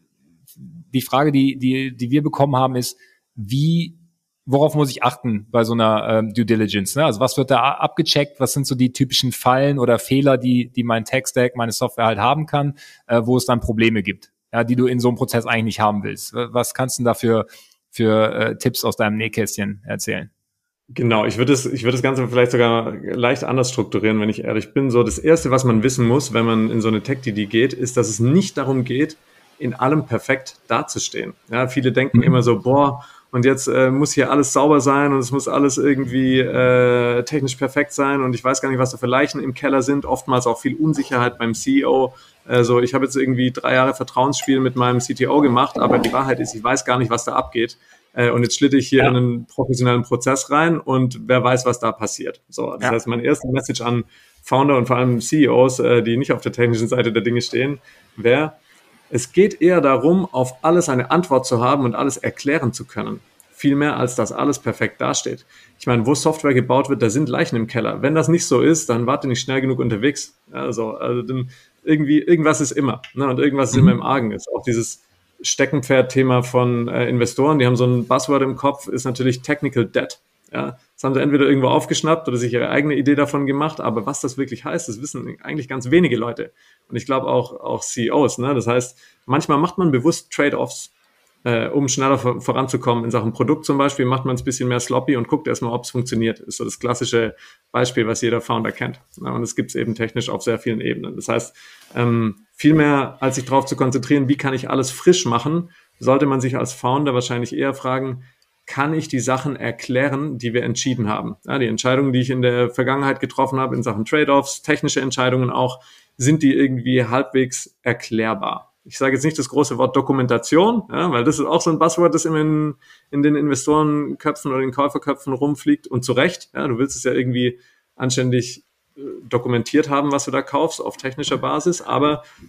S1: die Frage, die, die, die wir bekommen haben, ist, wie, worauf muss ich achten bei so einer ähm, Due Diligence? Ne? Also, was wird da abgecheckt? Was sind so die typischen Fallen oder Fehler, die, die mein Tech-Stack, meine Software halt haben kann, äh, wo es dann Probleme gibt, ja, die du in so einem Prozess eigentlich nicht haben willst? Was kannst du denn dafür für äh, Tipps aus deinem Nähkästchen erzählen?
S2: Genau, ich würde das, ich würde das Ganze vielleicht sogar leicht anders strukturieren, wenn ich ehrlich bin. So, das Erste, was man wissen muss, wenn man in so eine Tech-D D geht, ist, dass es nicht darum geht, in allem perfekt dazustehen. Ja, viele denken mhm. immer so, boah, und jetzt äh, muss hier alles sauber sein und es muss alles irgendwie äh, technisch perfekt sein und ich weiß gar nicht, was da für Leichen im Keller sind. Oftmals auch viel Unsicherheit beim C E O. Also ich habe jetzt irgendwie drei Jahre Vertrauensspiel mit meinem C T O gemacht, aber die Wahrheit ist, ich weiß gar nicht, was da abgeht. Äh, und jetzt schlitte ich hier ja. in einen professionellen Prozess rein und wer weiß, was da passiert. So, das ja. heißt, meine erste Message an Founder und vor allem C E Os, äh, die nicht auf der technischen Seite der Dinge stehen, wäre, es geht eher darum, auf alles eine Antwort zu haben und alles erklären zu können. Viel mehr, als dass alles perfekt dasteht. Ich meine, wo Software gebaut wird, da sind Leichen im Keller. Wenn das nicht so ist, dann warte nicht schnell genug unterwegs. Also, also dann irgendwie, irgendwas ist immer. Ne? Und irgendwas ist immer im Argen. Ist auch dieses Steckenpferd-Thema von äh, Investoren, die haben so ein Buzzword im Kopf, ist natürlich Technical Debt. Ja? Das haben sie entweder irgendwo aufgeschnappt oder sich ihre eigene Idee davon gemacht, aber was das wirklich heißt, das wissen eigentlich ganz wenige Leute. Und ich glaube auch, auch C E Os. Ne? Das heißt, manchmal macht man bewusst Trade-offs, äh, um schneller vor, voranzukommen. In Sachen Produkt zum Beispiel macht man es ein bisschen mehr sloppy und guckt erstmal, ob es funktioniert. Das ist so das klassische Beispiel, was jeder Founder kennt. Ja, und das gibt es eben technisch auf sehr vielen Ebenen. Das heißt, ähm, viel mehr als sich darauf zu konzentrieren, wie kann ich alles frisch machen, sollte man sich als Founder wahrscheinlich eher fragen, kann ich die Sachen erklären, die wir entschieden haben? Ja, die Entscheidungen, die ich in der Vergangenheit getroffen habe, in Sachen Trade-offs, technische Entscheidungen auch, sind die irgendwie halbwegs erklärbar? Ich sage jetzt nicht das große Wort Dokumentation, ja, weil das ist auch so ein Buzzword, das immer in, in den Investorenköpfen oder den Käuferköpfen rumfliegt und zu Recht. Ja, du willst es ja irgendwie anständig äh, dokumentiert haben, was du da kaufst auf technischer Basis, aber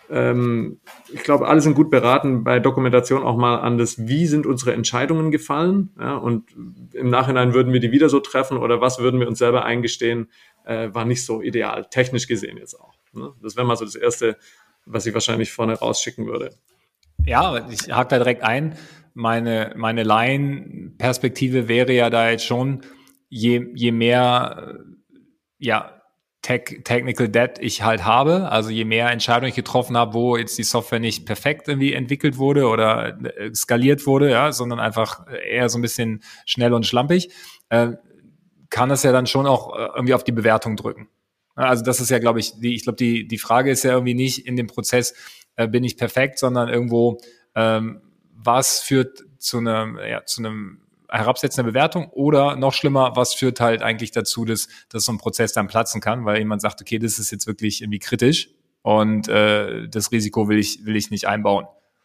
S2: ähm, ich glaube, alle sind gut beraten, bei Dokumentation auch mal an das, wie sind unsere Entscheidungen gefallen, ja, und im Nachhinein würden wir die wieder so treffen oder was würden wir uns selber eingestehen, äh, war nicht so ideal, technisch gesehen jetzt auch. Ne? Das wäre mal so das Erste, was ich wahrscheinlich vorne rausschicken würde.
S1: Ja, ich hake da direkt ein. Meine, meine Laien-Perspektive wäre ja da jetzt schon, je, je mehr, ja, Tech, Technical Debt ich halt habe, also je mehr Entscheidungen ich getroffen habe, wo jetzt die Software nicht perfekt irgendwie entwickelt wurde oder skaliert wurde, ja, sondern einfach eher so ein bisschen schnell und schlampig, äh, kann das ja dann schon auch irgendwie auf die Bewertung drücken. Also das ist ja, glaube ich, die, ich glaube, die, die Frage ist ja irgendwie nicht in dem Prozess, äh, bin ich perfekt, sondern irgendwo, ähm, was führt zu einem, ja, zu einem Herabsetzen der Bewertung oder noch schlimmer, was führt halt eigentlich dazu, dass, dass so ein Prozess dann platzen kann, weil jemand sagt, okay, das ist jetzt wirklich irgendwie kritisch und äh, das Risiko will ich, will ich nicht einbauen.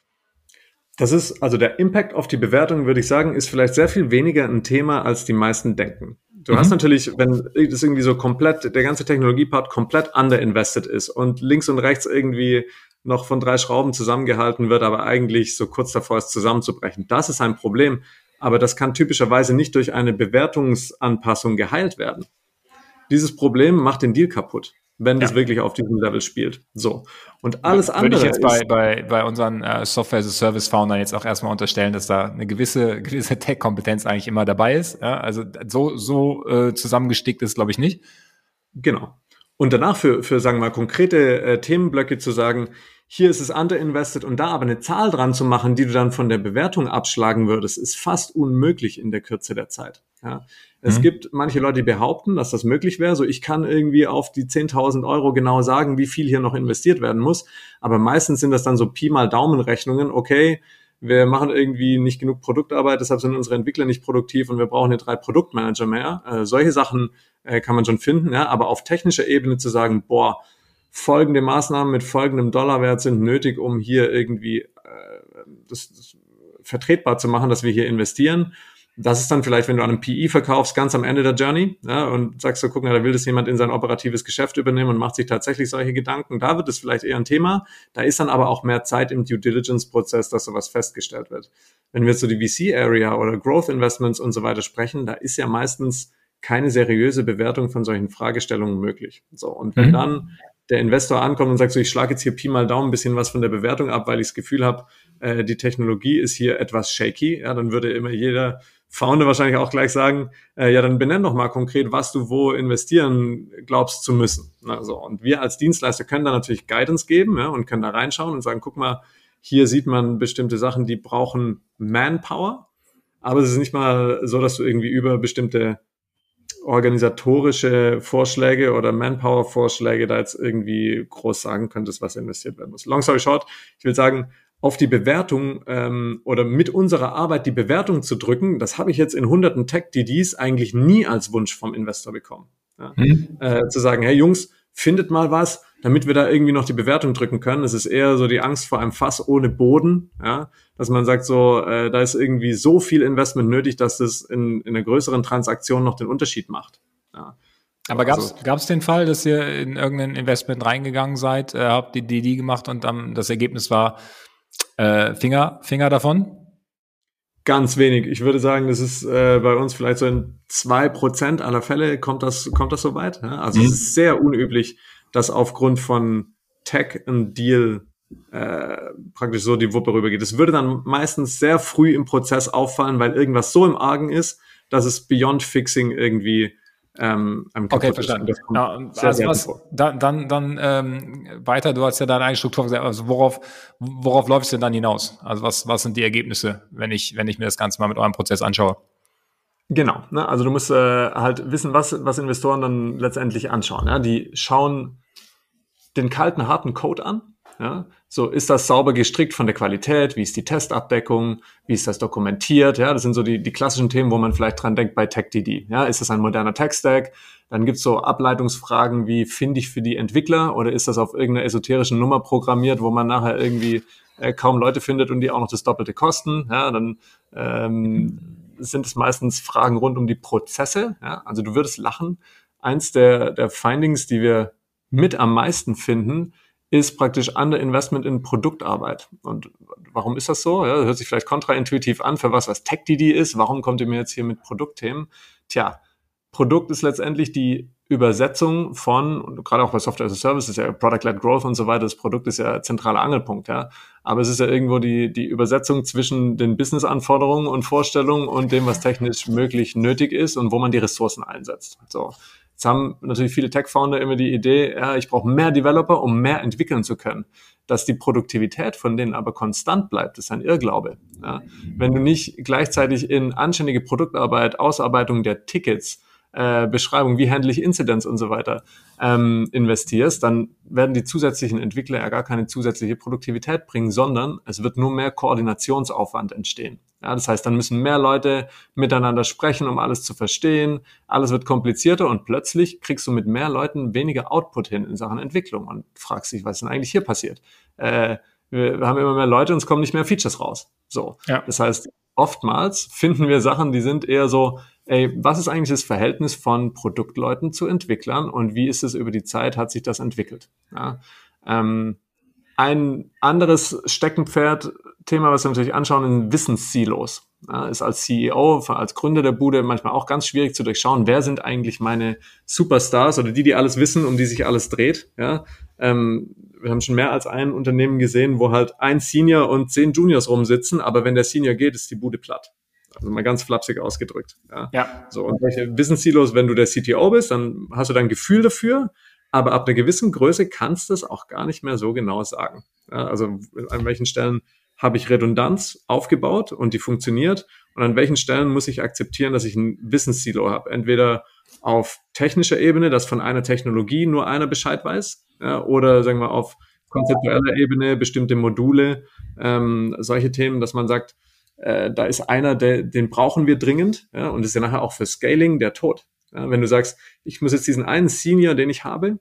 S2: Das ist, also der Impact auf die Bewertung, würde ich sagen, ist vielleicht sehr viel weniger ein Thema, als die meisten denken. Du mhm. hast natürlich, wenn das irgendwie so komplett, der ganze Technologiepart komplett underinvested ist und links und rechts irgendwie noch von drei Schrauben zusammengehalten wird, aber eigentlich so kurz davor ist, zusammenzubrechen. Das ist ein Problem. Aber das kann typischerweise nicht durch eine Bewertungsanpassung geheilt werden. Dieses Problem macht den Deal kaputt, wenn das ja. wirklich auf diesem Level spielt. So. Und alles
S1: Würde
S2: andere.
S1: Würde ich jetzt bei, bei, bei unseren äh, Software-as-a-Service-Foundern jetzt auch erstmal unterstellen, dass da eine gewisse, gewisse Tech-Kompetenz eigentlich immer dabei ist. Ja? Also so, so äh, zusammengestickt ist, glaube ich, nicht.
S2: Genau. Und danach für, für sagen wir mal, konkrete äh, Themenblöcke zu sagen, hier ist es underinvested und da aber eine Zahl dran zu machen, die du dann von der Bewertung abschlagen würdest, ist fast unmöglich in der Kürze der Zeit. Ja. Es mhm. gibt manche Leute, die behaupten, dass das möglich wäre. So, ich kann irgendwie auf die zehntausend Euro genau sagen, wie viel hier noch investiert werden muss. Aber meistens sind das dann so Pi mal Daumen-Rechnungen. Okay, wir machen irgendwie nicht genug Produktarbeit, deshalb sind unsere Entwickler nicht produktiv und wir brauchen hier drei Produktmanager mehr. Äh, solche Sachen äh, kann man schon finden. Ja. Aber auf technischer Ebene zu sagen, boah, folgende Maßnahmen mit folgendem Dollarwert sind nötig, um hier irgendwie äh, das, das vertretbar zu machen, dass wir hier investieren. Das ist dann vielleicht, wenn du an einem P I verkaufst, ganz am Ende der Journey, ja, und sagst so, guck mal, da will das jemand in sein operatives Geschäft übernehmen und macht sich tatsächlich solche Gedanken. Da wird es vielleicht eher ein Thema. Da ist dann aber auch mehr Zeit im Due-Diligence-Prozess, dass sowas festgestellt wird. Wenn wir jetzt so die V C-Area oder Growth-Investments und so weiter sprechen, da ist ja meistens keine seriöse Bewertung von solchen Fragestellungen möglich. So, und wenn mhm. dann der Investor ankommt und sagt so, ich schlage jetzt hier Pi mal Daumen ein bisschen was von der Bewertung ab, weil ich das Gefühl habe, äh, die Technologie ist hier etwas shaky, ja, dann würde immer jeder Founder wahrscheinlich auch gleich sagen, äh, ja, dann benenn doch mal konkret, was du wo investieren glaubst zu müssen. Na, so. Und wir als Dienstleister können da natürlich Guidance geben, ja, und können da reinschauen und sagen, guck mal, hier sieht man bestimmte Sachen, die brauchen Manpower, aber es ist nicht mal so, dass du irgendwie über bestimmte organisatorische Vorschläge oder Manpower-Vorschläge da jetzt irgendwie groß sagen könntest, was investiert werden muss. Long story short, ich will sagen, auf die Bewertung ähm, oder mit unserer Arbeit die Bewertung zu drücken, das habe ich jetzt in hunderten Tech-D Ds eigentlich nie als Wunsch vom Investor bekommen. Ja? Hm. Äh, zu sagen, hey Jungs, findet mal was, damit wir da irgendwie noch die Bewertung drücken können. Es ist eher so die Angst vor einem Fass ohne Boden, ja, dass man sagt so, äh, da ist irgendwie so viel Investment nötig, dass das in, in einer größeren Transaktion noch den Unterschied macht. Ja.
S1: Aber gab es also, den Fall, dass ihr in irgendein Investment reingegangen seid, äh, habt die D D gemacht und dann das Ergebnis war äh, Finger, Finger davon?
S2: Ganz wenig. Ich würde sagen, das ist äh, bei uns vielleicht so in zwei Prozent aller Fälle kommt das, kommt das so weit. Ja? Also mhm. es ist sehr unüblich, dass aufgrund von Tech ein Deal äh, praktisch so die Wuppe rübergeht. Es würde dann meistens sehr früh im Prozess auffallen, weil irgendwas so im Argen ist, dass es Beyond Fixing irgendwie ähm,
S1: okay, verstanden. Ja, also was, dann, dann, dann ähm, weiter, du hast ja deine eigene Struktur gesagt, also worauf, worauf läufst du denn dann hinaus? Also was, was sind die Ergebnisse, wenn ich, wenn ich mir das Ganze mal mit eurem Prozess anschaue?
S2: Genau, ne? Also du musst äh, halt wissen, was, was Investoren dann letztendlich anschauen. Ja? Die schauen den kalten, harten Code an. Ja? So, ist das sauber gestrickt von der Qualität? Wie ist die Testabdeckung? Wie ist das dokumentiert? Ja, das sind so die, die klassischen Themen, wo man vielleicht dran denkt bei Tech D D. Ja, ist das ein moderner Tech-Stack? Dann gibt's so Ableitungsfragen wie, finde ich für die Entwickler? Oder ist das auf irgendeiner esoterischen Nummer programmiert, wo man nachher irgendwie äh, kaum Leute findet und die auch noch das Doppelte kosten? Ja, dann ähm, sind es meistens Fragen rund um die Prozesse. Ja? Also du würdest lachen. Eins der, der Findings, die wir mit am meisten finden, ist praktisch Underinvestment in Produktarbeit. Und warum ist das so? Ja, das hört sich vielleicht kontraintuitiv an, für was, was TechDD ist. Warum kommt ihr mir jetzt hier mit Produktthemen? Tja, Produkt ist letztendlich die Übersetzung von, und gerade auch bei Software as a Service ist ja Product-led Growth und so weiter, das Produkt ist ja zentraler Angelpunkt, ja. Aber es ist ja irgendwo die, die Übersetzung zwischen den Business-Anforderungen und Vorstellungen und dem, was technisch möglich nötig ist und wo man die Ressourcen einsetzt. So. Jetzt haben natürlich viele Tech-Founder immer die Idee, ja, ich brauche mehr Developer, um mehr entwickeln zu können. Dass die Produktivität von denen aber konstant bleibt, ist ein Irrglaube. Ja. Wenn du nicht gleichzeitig in anständige Produktarbeit, Ausarbeitung der Tickets, Äh, Beschreibung, wie handle ich Incidents und so weiter, ähm, investierst, dann werden die zusätzlichen Entwickler ja gar keine zusätzliche Produktivität bringen, sondern es wird nur mehr Koordinationsaufwand entstehen. Ja, das heißt, dann müssen mehr Leute miteinander sprechen, um alles zu verstehen. Alles wird komplizierter und plötzlich kriegst du mit mehr Leuten weniger Output hin in Sachen Entwicklung und fragst dich, was ist denn eigentlich hier passiert? Äh, wir, wir haben immer mehr Leute und es kommen nicht mehr Features raus. So, ja. Das heißt, oftmals finden wir Sachen, die sind eher so, ey, was ist eigentlich das Verhältnis von Produktleuten zu Entwicklern und wie ist es über die Zeit, hat sich das entwickelt? Ja, ähm, ein anderes Steckenpferd-Thema, was wir natürlich anschauen, sind Wissenssilos. Ja, ist als C E O, als Gründer der Bude manchmal auch ganz schwierig zu durchschauen, wer sind eigentlich meine Superstars oder die, die alles wissen, um die sich alles dreht. Ja, ähm, wir haben schon mehr als ein Unternehmen gesehen, wo halt ein Senior und zehn Juniors rumsitzen, aber wenn der Senior geht, ist die Bude platt. Also mal ganz flapsig ausgedrückt. Ja. ja. So, und solche Wissenssilos, wenn du der C T O bist, dann hast du dein Gefühl dafür, aber ab einer gewissen Größe kannst du es auch gar nicht mehr so genau sagen. Ja, also an welchen Stellen habe ich Redundanz aufgebaut und die funktioniert und an welchen Stellen muss ich akzeptieren, dass ich ein Wissenssilo habe. Entweder auf technischer Ebene, dass von einer Technologie nur einer Bescheid weiß, ja, oder sagen wir auf konzeptueller Ebene bestimmte Module, ähm, solche Themen, dass man sagt, äh, da ist einer, der, den brauchen wir dringend, ja, und ist ja nachher auch für Scaling der Tod. Ja, wenn du sagst, ich muss jetzt diesen einen Senior, den ich habe,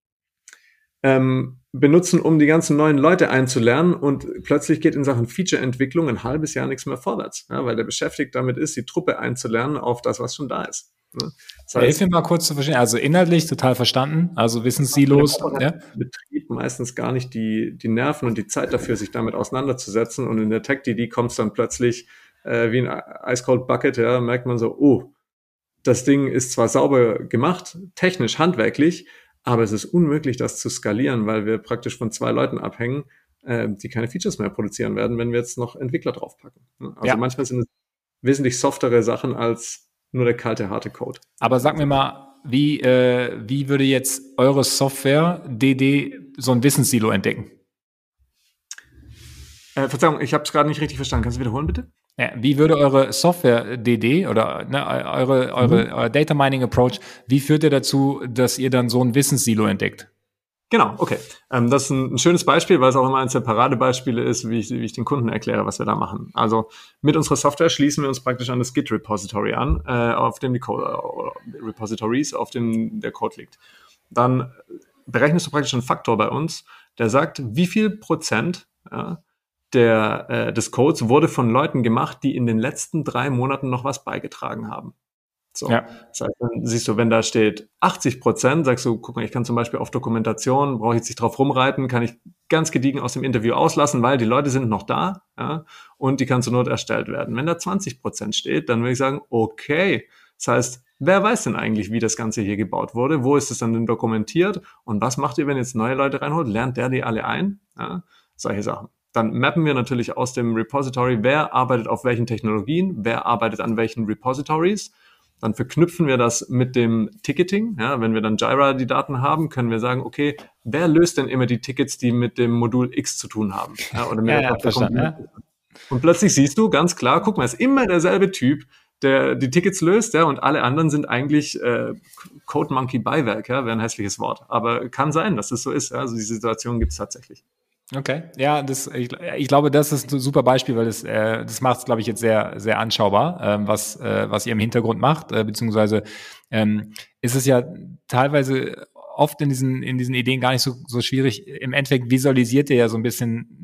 S2: ähm, benutzen, um die ganzen neuen Leute einzulernen und plötzlich geht in Sachen Feature-Entwicklung ein halbes Jahr nichts mehr vorwärts, ja, weil der beschäftigt damit ist, die Truppe einzulernen auf das, was schon da ist. Ja. Das heißt,
S1: Hilf mir mal kurz zu verstehen, also inhaltlich total verstanden, also Wissenssilos.
S2: Ja. Betrieb meistens gar nicht die, die Nerven und die Zeit dafür, sich damit auseinanderzusetzen und in der Tech-D D kommt es dann plötzlich äh, wie ein Ice Cold Bucket, ja, merkt man so, oh, das Ding ist zwar sauber gemacht, technisch, handwerklich, aber es ist unmöglich, das zu skalieren, weil wir praktisch von zwei Leuten abhängen, äh, die keine Features mehr produzieren werden, wenn wir jetzt noch Entwickler draufpacken. Also ja. Manchmal sind es wesentlich softere Sachen als nur der kalte, harte Code.
S1: Aber sag mir mal, wie, äh, wie würde jetzt eure Software D D so ein Wissenssilo entdecken?
S2: Äh, Verzeihung, ich habe es gerade nicht richtig verstanden. Kannst du wiederholen, bitte?
S1: Ja, wie würde eure Software D D oder ne, eure, eure, mhm. euer Data Mining Approach, wie führt ihr dazu, dass ihr dann so ein Wissenssilo entdeckt?
S2: Genau, okay. Ähm, das ist ein, ein schönes Beispiel, weil es auch immer eines der Paradebeispiele ist, wie ich, wie ich den Kunden erkläre, was wir da machen. Also mit unserer Software schließen wir uns praktisch an das Git Repository an, äh, auf dem die Code, äh, Repositories, auf dem der Code liegt. Dann berechnest du praktisch einen Faktor bei uns, der sagt, wie viel Prozent ja, der, äh, des Codes wurde von Leuten gemacht, die in den letzten drei Monaten noch was beigetragen haben. So. Ja. Das heißt, dann siehst du, wenn da steht achtzig Prozent, sagst du, guck mal, ich kann zum Beispiel auf Dokumentation, brauche ich jetzt nicht drauf rumreiten, kann ich ganz gediegen aus dem Interview auslassen, weil die Leute sind noch da, ja, und die kann zur Not erstellt werden. Wenn da zwanzig Prozent steht, dann würde ich sagen, okay, das heißt, wer weiß denn eigentlich, wie das Ganze hier gebaut wurde? Wo ist es dann denn dokumentiert? Und was macht ihr, wenn jetzt neue Leute reinholt? Lernt der die alle ein? Ja, solche Sachen. Dann mappen wir natürlich aus dem Repository, wer arbeitet auf welchen Technologien, wer arbeitet an welchen Repositories. Dann verknüpfen wir das mit dem Ticketing. Ja, wenn wir dann Jira die Daten haben, können wir sagen, okay, wer löst denn immer die Tickets, die mit dem Modul X zu tun haben? Ja, oder mit ja, ja, verstanden, ja. Und plötzlich siehst du ganz klar, guck mal, es ist immer derselbe Typ, der die Tickets löst, ja, und alle anderen sind eigentlich äh, Code Monkey Beiwerk, ja, wäre ein hässliches Wort. Aber kann sein, dass es so ist. Ja, also die Situation gibt es tatsächlich.
S1: Okay, ja, das, ich, ich glaube, das ist ein super Beispiel, weil das, äh, das macht es, glaube ich, jetzt sehr, sehr anschaubar, ähm, was, äh, was ihr im Hintergrund macht, äh, beziehungsweise ähm, ist es ja teilweise oft in diesen, in diesen Ideen gar nicht so, so schwierig. Im Endeffekt visualisiert ihr ja so ein bisschen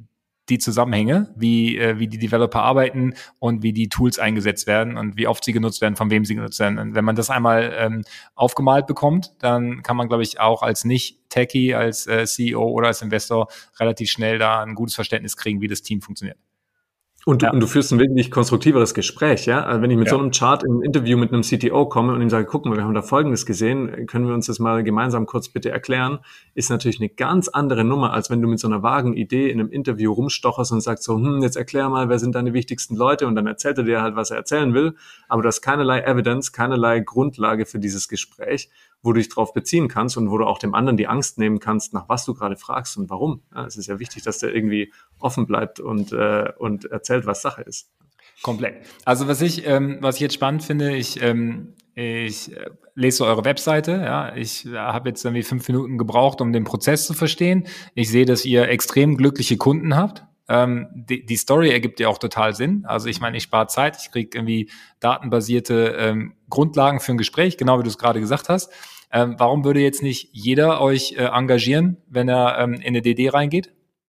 S1: die Zusammenhänge, wie, äh, wie die Developer arbeiten und wie die Tools eingesetzt werden und wie oft sie genutzt werden, von wem sie genutzt werden. Und wenn man das einmal ähm, aufgemalt bekommt, dann kann man, glaube ich, auch als Nicht-Techie, als äh, C E O oder als Investor relativ schnell da ein gutes Verständnis kriegen, wie das Team funktioniert.
S2: Und du, ja. und du führst ein wirklich konstruktiveres Gespräch, ja? Also wenn ich mit ja. so einem Chart in ein Interview mit einem C T O komme und ihm sage, guck mal, wir haben da Folgendes gesehen, können wir uns das mal gemeinsam kurz bitte erklären, ist natürlich eine ganz andere Nummer, als wenn du mit so einer vagen Idee in einem Interview rumstocherst und sagst so, hm, jetzt erklär mal, wer sind deine wichtigsten Leute, und dann erzählt er dir halt, was er erzählen will, aber du hast keinerlei Evidence, keinerlei Grundlage für dieses Gespräch, wo du dich drauf beziehen kannst und wo du auch dem anderen die Angst nehmen kannst, nach was du gerade fragst und warum. Ja, es ist ja wichtig, dass der irgendwie offen bleibt und, äh, und erzählt, was Sache ist.
S1: Komplett. Also was ich, ähm, was ich jetzt spannend finde, ich, ähm, ich äh, lese so eure Webseite, ja, ich äh, habe jetzt irgendwie fünf Minuten gebraucht, um den Prozess zu verstehen. Ich sehe, dass ihr extrem glückliche Kunden habt. Ähm, die, die Story ergibt ja auch total Sinn. Also ich meine, ich spare Zeit, ich kriege irgendwie datenbasierte ähm, Grundlagen für ein Gespräch, genau wie du es gerade gesagt hast. Ähm, warum würde jetzt nicht jeder euch äh, engagieren, wenn er ähm, in eine D D reingeht?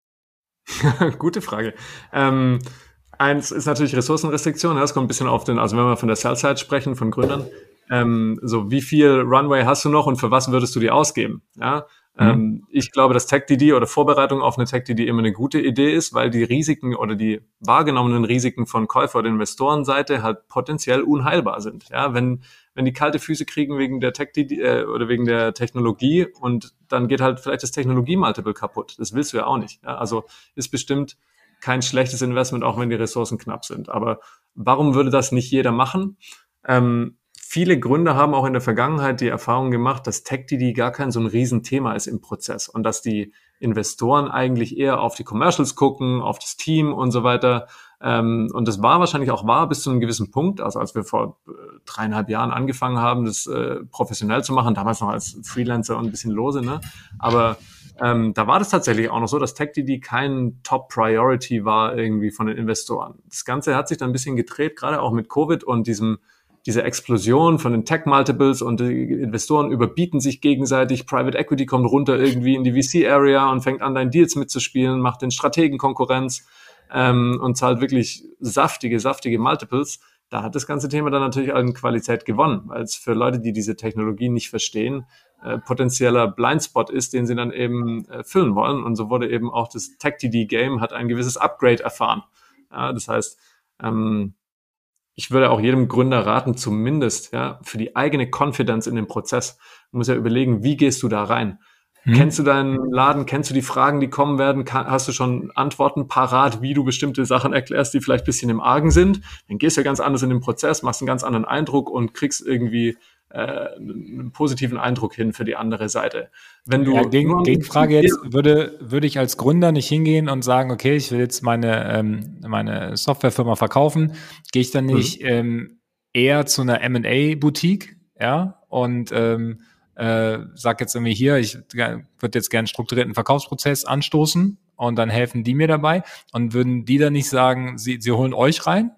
S2: Gute Frage. Ähm, eins ist natürlich Ressourcenrestriktion. Das kommt ein bisschen auf den, also wenn wir von der Sell-Side sprechen, von Gründern, ähm, so wie viel Runway hast du noch und für was würdest du die ausgeben? Ja. Mhm. Ähm, ich glaube, dass Tech D D oder Vorbereitung auf eine Tech D D immer eine gute Idee ist, weil die Risiken oder die wahrgenommenen Risiken von Käufer- oder Investorenseite halt potenziell unheilbar sind. Ja, wenn wenn die kalte Füße kriegen wegen der Tech D D äh, oder wegen der Technologie, und dann geht halt vielleicht das Technologie-Multiple kaputt. Das willst du ja auch nicht. Ja, also ist bestimmt kein schlechtes Investment, auch wenn die Ressourcen knapp sind. Aber warum würde das nicht jeder machen? Ähm, Viele Gründer haben auch in der Vergangenheit die Erfahrung gemacht, dass Tech D D gar kein so ein Riesenthema ist im Prozess und dass die Investoren eigentlich eher auf die Commercials gucken, auf das Team und so weiter. Und das war wahrscheinlich auch wahr bis zu einem gewissen Punkt. Also als wir vor dreieinhalb Jahren angefangen haben, das professionell zu machen, damals noch als Freelancer und ein bisschen lose, ne? Aber ähm, da war das tatsächlich auch noch so, dass Tech D D kein Top-Priority war irgendwie von den Investoren. Das Ganze hat sich dann ein bisschen gedreht, gerade auch mit Covid und diesem diese Explosion von den Tech-Multiples, und die Investoren überbieten sich gegenseitig. Private Equity kommt runter irgendwie in die V C-Area und fängt an, deinen Deals mitzuspielen, macht den Strategen Konkurrenz ähm, und zahlt wirklich saftige, saftige Multiples. Da hat das ganze Thema dann natürlich an Qualität gewonnen, weil es für Leute, die diese Technologie nicht verstehen, äh, potenzieller Blindspot ist, den sie dann eben äh, füllen wollen. Und so wurde eben auch das Tech-D D-Game hat ein gewisses Upgrade erfahren. Ja, das heißt, ähm, ich würde auch jedem Gründer raten, zumindest ja für die eigene Confidence in dem Prozess. Du musst ja überlegen, wie gehst du da rein? Hm. Kennst du deinen Laden? Kennst du die Fragen, die kommen werden? Hast du schon Antworten parat, wie du bestimmte Sachen erklärst, die vielleicht ein bisschen im Argen sind? Dann gehst du ja ganz anders in den Prozess, machst einen ganz anderen Eindruck und kriegst irgendwie äh, einen positiven Eindruck hin für die andere Seite. Wenn du
S1: ja, gegen, Gegenfrage jetzt, würde, würde ich als Gründer nicht hingehen und sagen, okay, ich will jetzt meine, ähm, meine Softwarefirma verkaufen, gehe ich dann nicht mhm. ähm, eher zu einer M and A-Boutique, ja, und ähm, äh, sag jetzt irgendwie hier, ich würde jetzt gerne einen strukturierten Verkaufsprozess anstoßen und dann helfen die mir dabei, und würden die dann nicht sagen, sie, sie holen euch rein?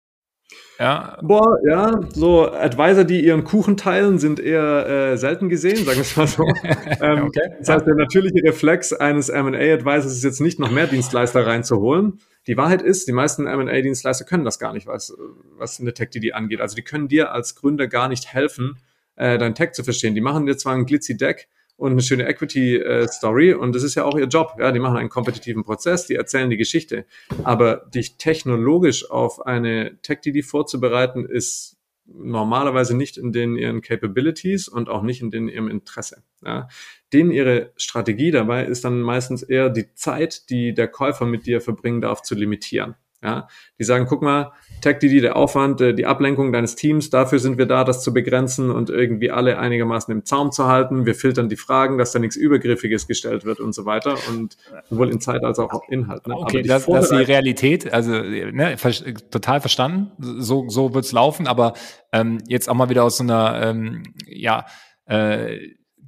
S2: Ja. Boah, ja, so Advisor, die ihren Kuchen teilen, sind eher äh, selten gesehen, sagen wir es mal so. ähm, okay. Das heißt, der natürliche Reflex eines M and A-Advisors ist jetzt nicht, noch mehr Dienstleister reinzuholen. Die Wahrheit ist, die meisten M and A-Dienstleister können das gar nicht, was, was eine Tech-D D angeht. Also die können dir als Gründer gar nicht helfen, äh, dein Tech zu verstehen. Die machen dir zwar ein glitzy Deck und eine schöne Equity-Story, und das ist ja auch ihr Job. Ja, die machen einen kompetitiven Prozess, die erzählen die Geschichte. Aber dich technologisch auf eine Tech-D D vorzubereiten, ist normalerweise nicht in den ihren Capabilities und auch nicht in den ihrem Interesse. Ja. Denen ihre Strategie dabei ist dann meistens eher die Zeit, die der Käufer mit dir verbringen darf, zu limitieren. Ja, die sagen, guck mal, Tech-D D, der Aufwand, die Ablenkung deines Teams, dafür sind wir da, das zu begrenzen und irgendwie alle einigermaßen im Zaum zu halten. Wir filtern die Fragen, dass da nichts Übergriffiges gestellt wird und so weiter, und sowohl in Zeit als auch auf Inhalt. Ne?
S1: Okay, das, das ist die Realität, also ne, ver- total verstanden, so, so wird's laufen, aber ähm, jetzt auch mal wieder aus so einer, ähm, ja, äh,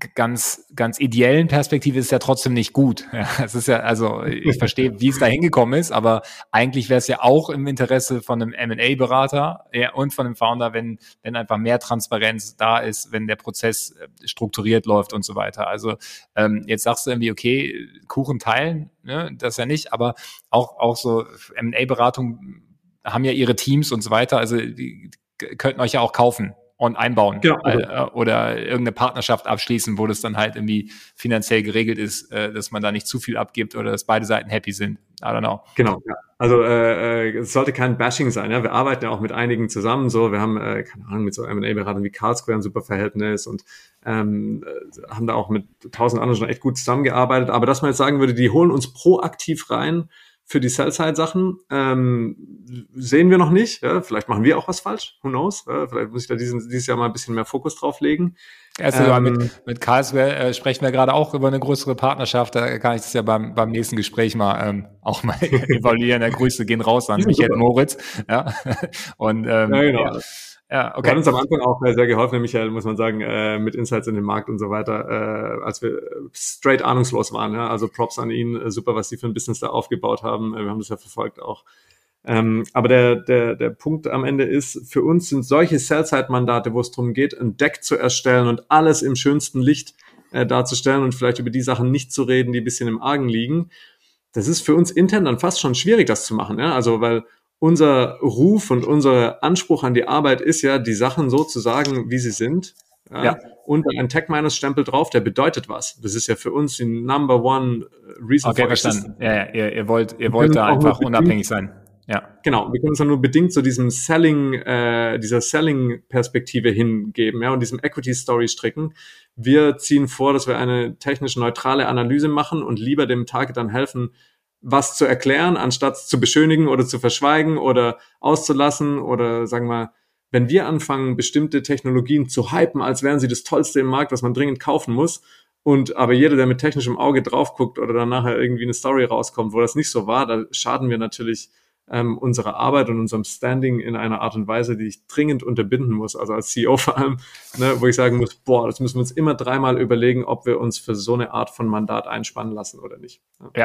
S1: ganz, ganz ideellen Perspektive ist es ja trotzdem nicht gut. Ja, es ist ja, also ich verstehe, wie es da hingekommen ist, aber eigentlich wäre es ja auch im Interesse von einem M and A-Berater ja, und von einem Founder, wenn, wenn einfach mehr Transparenz da ist, wenn der Prozess strukturiert läuft und so weiter. Also ähm, jetzt sagst du irgendwie, okay, Kuchen teilen, ne, das ja nicht, aber auch, auch so M and A-Beratung haben ja ihre Teams und so weiter, also die, die könnten euch ja auch kaufen und einbauen,
S2: genau.
S1: äh, oder irgendeine Partnerschaft abschließen, wo das dann halt irgendwie finanziell geregelt ist, äh, dass man da nicht zu viel abgibt oder dass beide Seiten happy sind. I don't know.
S2: Genau, ja. Also äh, äh, es sollte kein Bashing sein. Ja, wir arbeiten ja auch mit einigen zusammen. So, wir haben äh, keine Ahnung mit so M and A-Beratern wie Carlsquare ein super Verhältnis und ähm, haben da auch mit tausend anderen schon echt gut zusammengearbeitet. Aber dass man jetzt sagen würde, die holen uns proaktiv rein für die Sell-Side-Sachen, ähm, sehen wir noch nicht. Ja? Vielleicht machen wir auch was falsch. Who knows? Ja? Vielleicht muss ich da diesen, dieses Jahr mal ein bisschen mehr Fokus drauf legen.
S1: Also ähm, mit, mit Carlsquare äh, sprechen wir gerade auch über eine größere Partnerschaft. Da kann ich das ja beim, beim nächsten Gespräch mal ähm, auch mal evaluieren. Der Grüße gehen raus an Michael super. Moritz. Ja? Und ähm, ja, genau. Ja. Ja, okay.
S2: Hat uns am Anfang auch sehr geholfen, Michael, muss man sagen, äh, mit Insights in den Markt und so weiter, äh, als wir straight ahnungslos waren. Ja? Also Props an ihn, äh, super, was die für ein Business da aufgebaut haben. Wir haben das ja verfolgt auch. Ähm, aber der, der, der Punkt am Ende ist, für uns sind solche Sell-Side-Mandate, wo es darum geht, ein Deck zu erstellen und alles im schönsten Licht äh, darzustellen und vielleicht über die Sachen nicht zu reden, die ein bisschen im Argen liegen. Das ist für uns intern dann fast schon schwierig, das zu machen. Ja? Also, weil unser Ruf und unser Anspruch an die Arbeit ist ja, die Sachen so zu sagen, wie sie sind. Ja? Ja. Und ein Tech-Minus-Stempel drauf, der bedeutet was. Das ist ja für uns die Number One Reason
S1: okay, for verstanden. Ja, ja, ihr, ihr wollt, ihr wollt da einfach unabhängig sein. Ja.
S2: Genau, wir können uns dann nur bedingt zu diesem Selling, äh, dieser Selling-Perspektive hingeben, ja, und diesem Equity-Story stricken. Wir ziehen vor, dass wir eine technisch neutrale Analyse machen und lieber dem Target dann helfen, was zu erklären, anstatt zu beschönigen oder zu verschweigen oder auszulassen oder sagen wir, wenn wir anfangen, bestimmte Technologien zu hypen, als wären sie das Tollste im Markt, was man dringend kaufen muss, und aber jeder, der mit technischem Auge drauf guckt oder dann nachher irgendwie eine Story rauskommt, wo das nicht so war, da schaden wir natürlich ähm, unserer Arbeit und unserem Standing in einer Art und Weise, die ich dringend unterbinden muss, also als C E O vor allem, ne, wo ich sagen muss, boah, das müssen wir uns immer dreimal überlegen, ob wir uns für so eine Art von Mandat einspannen lassen oder nicht.
S1: Ja. ja.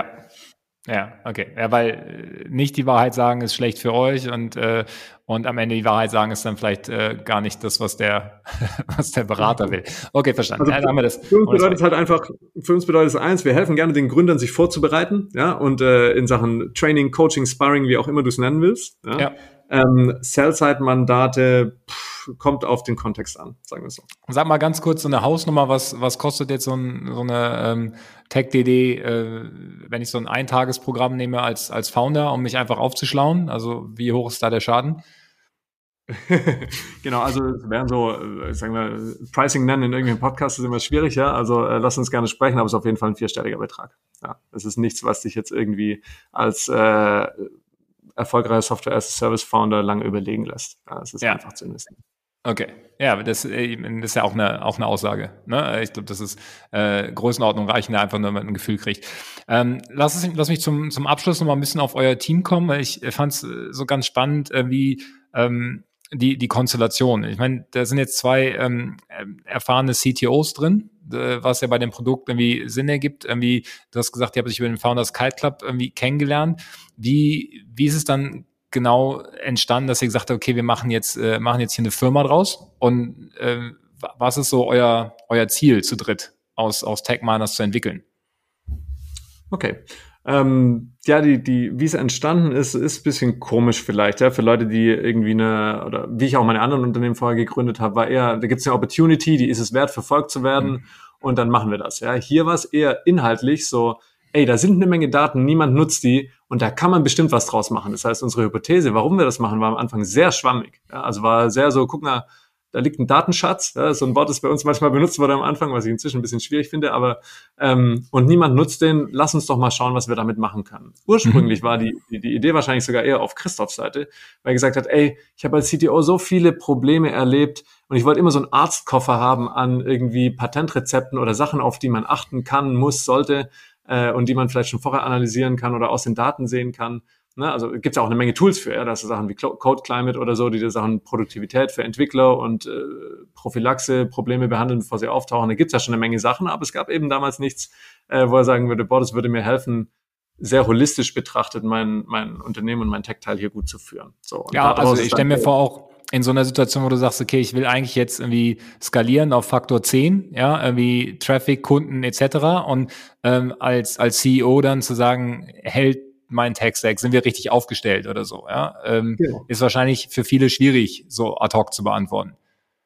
S1: Ja, okay. Ja, weil äh, nicht die Wahrheit sagen ist schlecht für euch und äh, und am Ende die Wahrheit sagen ist dann vielleicht äh, gar nicht das, was der was der Berater will. Okay, verstanden.
S2: Also
S1: ja, dann haben wir das.
S2: Für uns bedeutet es halt einfach, für uns bedeutet es eins, wir helfen gerne den Gründern, sich vorzubereiten, ja, und äh, in Sachen Training, Coaching, Sparring, wie auch immer du es nennen willst. Ja. ja. Ähm, Sell-Side-Mandate pff, kommt auf den Kontext an, sagen wir es so.
S1: Sag mal ganz kurz so eine Hausnummer, was was kostet jetzt so, ein, so eine ähm, Tech-D D, äh, wenn ich so ein Eintagesprogramm nehme als als Founder, um mich einfach aufzuschlauen? Also wie hoch ist da der Schaden?
S2: Genau, also es wären so, äh, sagen wir, Pricing nennen in irgendeinem Podcast ist immer schwierig, ja, also äh, lass uns gerne sprechen, aber es ist auf jeden Fall ein vierstelliger Betrag. Ja, es ist nichts, was dich jetzt irgendwie als äh, erfolgreicher Software-as-a-Service-Founder lange überlegen lässt. Ja, es ist ja. einfach zu investieren.
S1: Okay, ja, das, das ist ja auch eine, auch eine Aussage. Ne? Ich glaube, das ist äh, Größenordnung reichen, da einfach nur, wenn man ein Gefühl kriegt. Ähm, lass, es, lass mich zum, zum Abschluss noch mal ein bisschen auf euer Team kommen, weil ich fand es so ganz spannend, äh, wie ähm, die, die Konstellation. Ich meine, da sind jetzt zwei ähm, erfahrene C T Os drin, äh, was ja bei dem Produkt irgendwie Sinn ergibt. Irgendwie, du hast gesagt, ihr habt euch über den Founders Kite Club irgendwie kennengelernt. Wie, wie ist es dann genau entstanden, dass ihr gesagt habt, okay, wir machen jetzt, äh, machen jetzt hier eine Firma draus? Und äh, was ist so euer, euer Ziel zu dritt aus, aus Tech-Miners zu entwickeln?
S2: Okay. Ähm, ja, die, die, wie es entstanden ist, ist ein bisschen komisch vielleicht, ja, für Leute, die irgendwie eine, oder wie ich auch meine anderen Unternehmen vorher gegründet habe, war eher, da gibt es eine Opportunity, die ist es wert, verfolgt zu werden, mhm. und dann machen wir das, ja. Hier war es eher inhaltlich so, ey, da sind eine Menge Daten, niemand nutzt die und da kann man bestimmt was draus machen. Das heißt, unsere Hypothese, warum wir das machen, war am Anfang sehr schwammig, ja, also war sehr so, guck mal, da liegt ein Datenschatz, ja, so ein Wort, das bei uns manchmal benutzt wurde am Anfang, was ich inzwischen ein bisschen schwierig finde, aber ähm, und niemand nutzt den, lass uns doch mal schauen, was wir damit machen können. Ursprünglich mhm. war die, die die Idee wahrscheinlich sogar eher auf Christophs Seite, weil er gesagt hat, ey, ich habe als C T O so viele Probleme erlebt und ich wollte immer so einen Arztkoffer haben an irgendwie Patentrezepten oder Sachen, auf die man achten kann, muss, sollte äh, und die man vielleicht schon vorher analysieren kann oder aus den Daten sehen kann. Ne? Also gibt es auch eine Menge Tools für, ja, das sind Sachen wie Code Climate oder so, die dir Sachen Produktivität für Entwickler und äh, Prophylaxe, Probleme behandeln, bevor sie auftauchen. Da gibt es ja schon eine Menge Sachen, aber es gab eben damals nichts, äh, wo er sagen würde, boah, das würde mir helfen, sehr holistisch betrachtet mein, mein Unternehmen und mein Tech-Teil hier gut zu führen. So, und
S1: ja, also ich stelle mir vor, auch in so einer Situation, wo du sagst, okay, ich will eigentlich jetzt irgendwie skalieren auf Faktor zehn, ja, irgendwie Traffic, Kunden et cetera. Und ähm, als als C E O dann zu sagen, hält mein Tech-Stack, sind wir richtig aufgestellt oder so, ja, ähm, genau. Ist wahrscheinlich für viele schwierig, so ad hoc zu beantworten.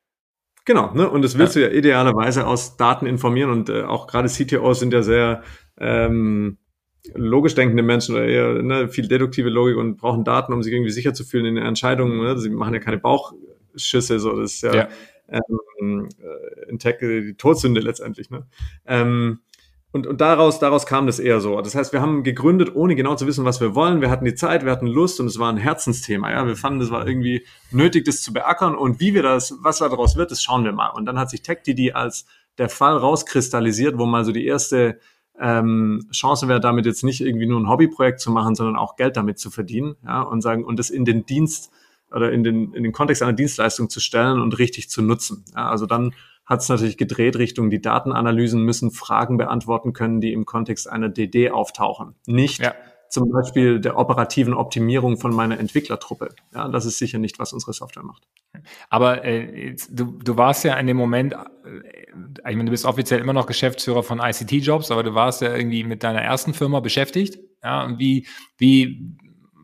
S2: Genau, ne? Und das willst ja. du ja idealerweise aus Daten informieren und äh, auch gerade C T Os sind ja sehr ähm, logisch denkende Menschen oder eher ne, viel deduktive Logik und brauchen Daten, um sich irgendwie sicher zu fühlen in den Entscheidungen. Ne? Sie machen ja keine Bauchschüsse, so das ist ja, ja. Ähm, in Tech die Todsünde letztendlich. Ne? Ähm, und und daraus daraus kam das eher so. Das heißt, wir haben gegründet, ohne genau zu wissen, was wir wollen. Wir hatten die Zeit, wir hatten Lust und es war ein Herzensthema. Ja, wir fanden, das war irgendwie nötig, das zu beackern und wie wir das, was daraus wird, das schauen wir mal. Und dann hat sich TechDD als der Fall rauskristallisiert, wo mal so die erste Ähm, Chance wäre damit jetzt nicht irgendwie nur ein Hobbyprojekt zu machen, sondern auch Geld damit zu verdienen, ja, und sagen, und das in den Dienst oder in den, in den Kontext einer Dienstleistung zu stellen und richtig zu nutzen. Ja, also dann hat es natürlich gedreht Richtung die Datenanalysen müssen Fragen beantworten können, die im Kontext einer D D auftauchen. Nicht ja. zum Beispiel der operativen Optimierung von meiner Entwicklertruppe. Ja, das ist sicher nicht, was unsere Software macht.
S1: Aber äh, jetzt, du, du warst ja in dem Moment, äh, ich meine, du bist offiziell immer noch Geschäftsführer von I C T-Jobs, aber du warst ja irgendwie mit deiner ersten Firma beschäftigt. Ja, und wie, wie,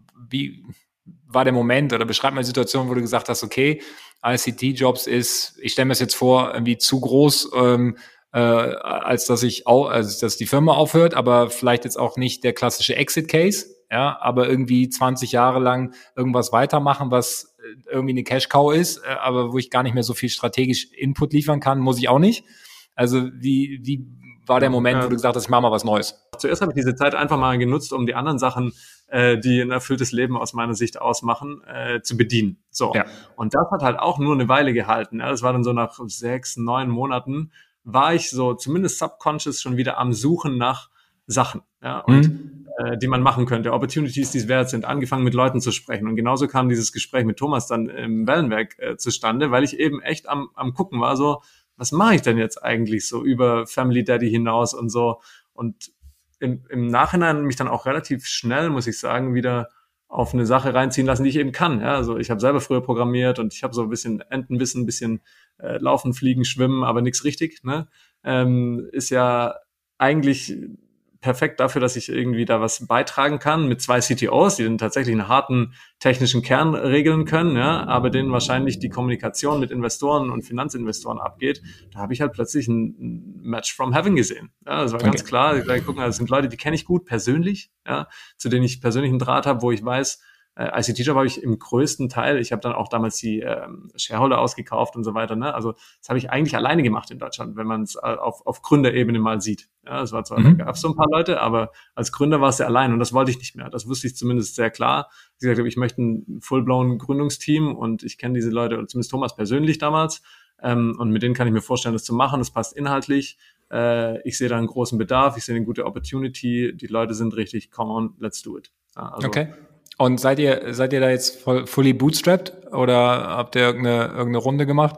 S1: wie war der Moment oder beschreib mal die Situation, wo du gesagt hast, okay, I C T-Jobs ist, ich stelle mir das jetzt vor, irgendwie zu groß, ähm, äh, als dass ich auch, also dass die Firma aufhört, aber vielleicht jetzt auch nicht der klassische Exit-Case, ja, aber irgendwie zwanzig Jahre lang irgendwas weitermachen, was irgendwie eine Cash-Cow ist, aber wo ich gar nicht mehr so viel strategisch Input liefern kann, muss ich auch nicht. Also wie, wie war der Moment, wo du gesagt hast, ich mache mal was Neues?
S2: Zuerst habe ich diese Zeit einfach mal genutzt, um die anderen Sachen, äh, die ein erfülltes Leben aus meiner Sicht ausmachen, äh, zu bedienen. So. Ja. Und das hat halt auch nur eine Weile gehalten. Ja. Das war dann so nach sechs, neun Monaten, war ich so zumindest subconscious schon wieder am Suchen nach Sachen. Ja. Und mhm. die man machen könnte, Opportunities, die es wert sind, angefangen mit Leuten zu sprechen. Und genauso kam dieses Gespräch mit Thomas dann im Wellenwerk äh, zustande, weil ich eben echt am, am Gucken war, so, was mache ich denn jetzt eigentlich so über Family Daddy hinaus und so. Und im, im Nachhinein mich dann auch relativ schnell, muss ich sagen, wieder auf eine Sache reinziehen lassen, die ich eben kann. Ja, also ich habe selber früher programmiert und ich habe so ein bisschen Entenwissen, ein bisschen äh, Laufen, Fliegen, Schwimmen, aber nichts richtig. Ne? Ähm, ist ja eigentlich perfekt dafür, dass ich irgendwie da was beitragen kann mit zwei C T Os, die dann tatsächlich einen harten technischen Kern regeln können, ja, aber denen wahrscheinlich die Kommunikation mit Investoren und Finanzinvestoren abgeht. Da habe ich halt plötzlich ein Match from Heaven gesehen. Ja, das war okay. Ganz klar. Da gucken, das sind Leute, die kenne ich gut persönlich, ja, zu denen ich persönlich einen Draht habe, wo ich weiß, I C T-Job habe ich im größten Teil, ich habe dann auch damals die ähm, Shareholder ausgekauft und so weiter, ne? Also das habe ich eigentlich alleine gemacht in Deutschland, wenn man es auf, auf Gründerebene mal sieht. Ja, es war zwar, mhm. da gab es so ein paar Leute, aber als Gründer war es ja allein und das wollte ich nicht mehr. Das wusste ich zumindest sehr klar. Ich gesagt habe, ich möchte ein full-blown Gründungsteam und ich kenne diese Leute, oder zumindest Thomas persönlich damals, ähm, und mit denen kann ich mir vorstellen, das zu machen. Das passt inhaltlich. Äh, ich sehe da einen großen Bedarf, ich sehe eine gute Opportunity. Die Leute sind richtig, come on, let's do it. Ja, also,
S1: okay. Und seid ihr, seid ihr da jetzt voll, fully bootstrapped oder habt ihr irgendeine, irgendeine Runde gemacht?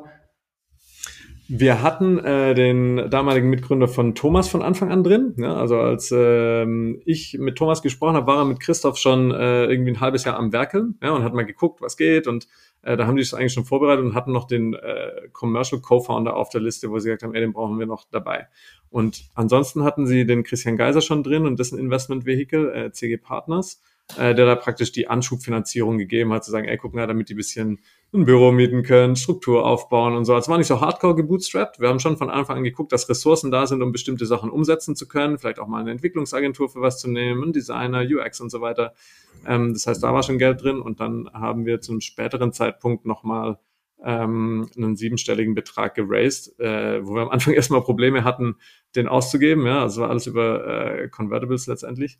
S2: Wir hatten äh, den damaligen Mitgründer von Thomas von Anfang an drin. Ja, also als ähm, ich mit Thomas gesprochen habe, war er mit Christoph schon äh, irgendwie ein halbes Jahr am Werkeln, ja, und hat mal geguckt, was geht. Und äh, da haben die es eigentlich schon vorbereitet und hatten noch den äh, Commercial Co-Founder auf der Liste, wo sie gesagt haben, ey, den brauchen wir noch dabei. Und ansonsten hatten sie den Christian Geiser schon drin und dessen Investment-Vehicle, äh, C G Partners, äh, der da praktisch die Anschubfinanzierung gegeben hat, zu sagen, ey, guck mal, damit die ein bisschen ein Büro mieten können, Struktur aufbauen und so. Es war nicht so hardcore gebootstrapped. Wir haben schon von Anfang an geguckt, dass Ressourcen da sind, um bestimmte Sachen umsetzen zu können, vielleicht auch mal eine Entwicklungsagentur für was zu nehmen, einen Designer, U X und so weiter. Ähm, das heißt, da war schon Geld drin und dann haben wir zu einem späteren Zeitpunkt nochmal ähm, einen siebenstelligen Betrag geraced, äh, wo wir am Anfang erstmal Probleme hatten, den auszugeben. Ja, also war alles über äh, Convertibles letztendlich.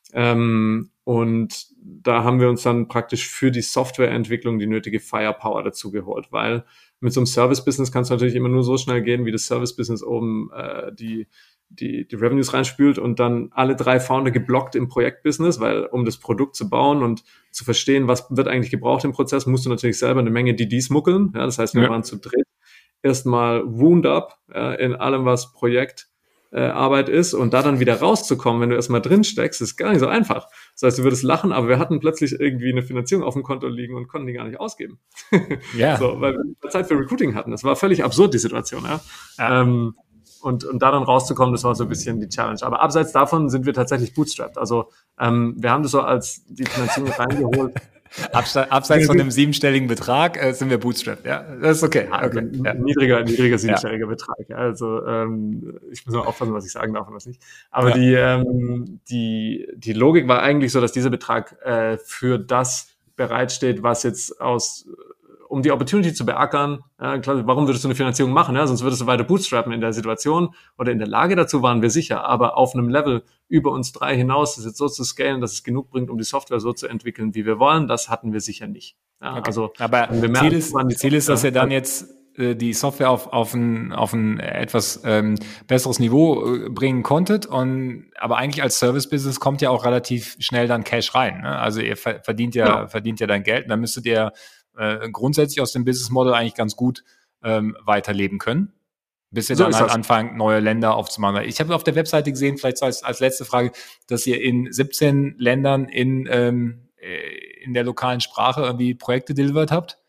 S2: Ähm, und da haben wir uns dann praktisch für die Softwareentwicklung die nötige Firepower dazu geholt, weil mit so einem Service-Business kann es natürlich immer nur so schnell gehen, wie das Service-Business oben äh, die, die, die Revenues reinspült und dann alle drei Founder geblockt im Projektbusiness, weil um das Produkt zu bauen und zu verstehen, was wird eigentlich gebraucht im Prozess, musst du natürlich selber eine Menge D Ds muckeln. Ja, das heißt, wir ja. waren zu dritt erstmal wound up ja, in allem, was Projekt äh, Arbeit ist und da dann wieder rauszukommen, wenn du erstmal drin steckst, ist gar nicht so einfach. Das heißt, du würdest lachen, aber wir hatten plötzlich irgendwie eine Finanzierung auf dem Konto liegen und konnten die gar nicht ausgeben. Ja. So, weil wir Zeit für Recruiting hatten. Das war völlig absurd, die Situation. Ja. ja. Ähm, und, und da dann rauszukommen, das war so ein bisschen die Challenge. Aber abseits davon sind wir tatsächlich bootstrapped. Also ähm, wir haben das so als die Finanzierung reingeholt.
S1: Abseits, abseits von dem siebenstelligen Betrag äh, sind wir bootstrapped, ja. Das ist okay.
S2: Also
S1: okay.
S2: Ja. Niedriger, niedriger siebenstelliger ja. Betrag. Ja. Also ähm, ich muss mal aufpassen, was ich sagen darf und was nicht. Aber ja. die, ähm, die, die Logik war eigentlich so, dass dieser Betrag äh, für das bereitsteht, was jetzt aus um die Opportunity zu beackern, ja, klar, warum würdest du eine Finanzierung machen? Ja? Sonst würdest du weiter bootstrappen. In der Situation oder in der Lage dazu waren wir sicher, aber auf einem Level über uns drei hinaus, das jetzt so zu scalen, dass es genug bringt, um die Software so zu entwickeln, wie wir wollen, das hatten wir sicher nicht. Ja,
S1: okay.
S2: Also,
S1: aber Ziel ist, Ziel ist, dass ihr dann jetzt äh, die Software auf, auf, ein, auf ein etwas ähm, besseres Niveau äh, bringen konntet. Und, aber eigentlich als Service-Business kommt ja auch relativ schnell dann Cash rein. Ne? Also ihr ver- verdient ja, ja. verdient ja dein Geld und dann müsstet ihr Äh, grundsätzlich aus dem Business Model eigentlich ganz gut ähm, weiterleben können, bis ihr so dann halt anfangt, neue Länder aufzumachen. Ich habe auf der Webseite gesehen, vielleicht so als, als letzte Frage, dass ihr in siebzehn Ländern in, ähm, in der lokalen Sprache irgendwie Projekte delivered habt.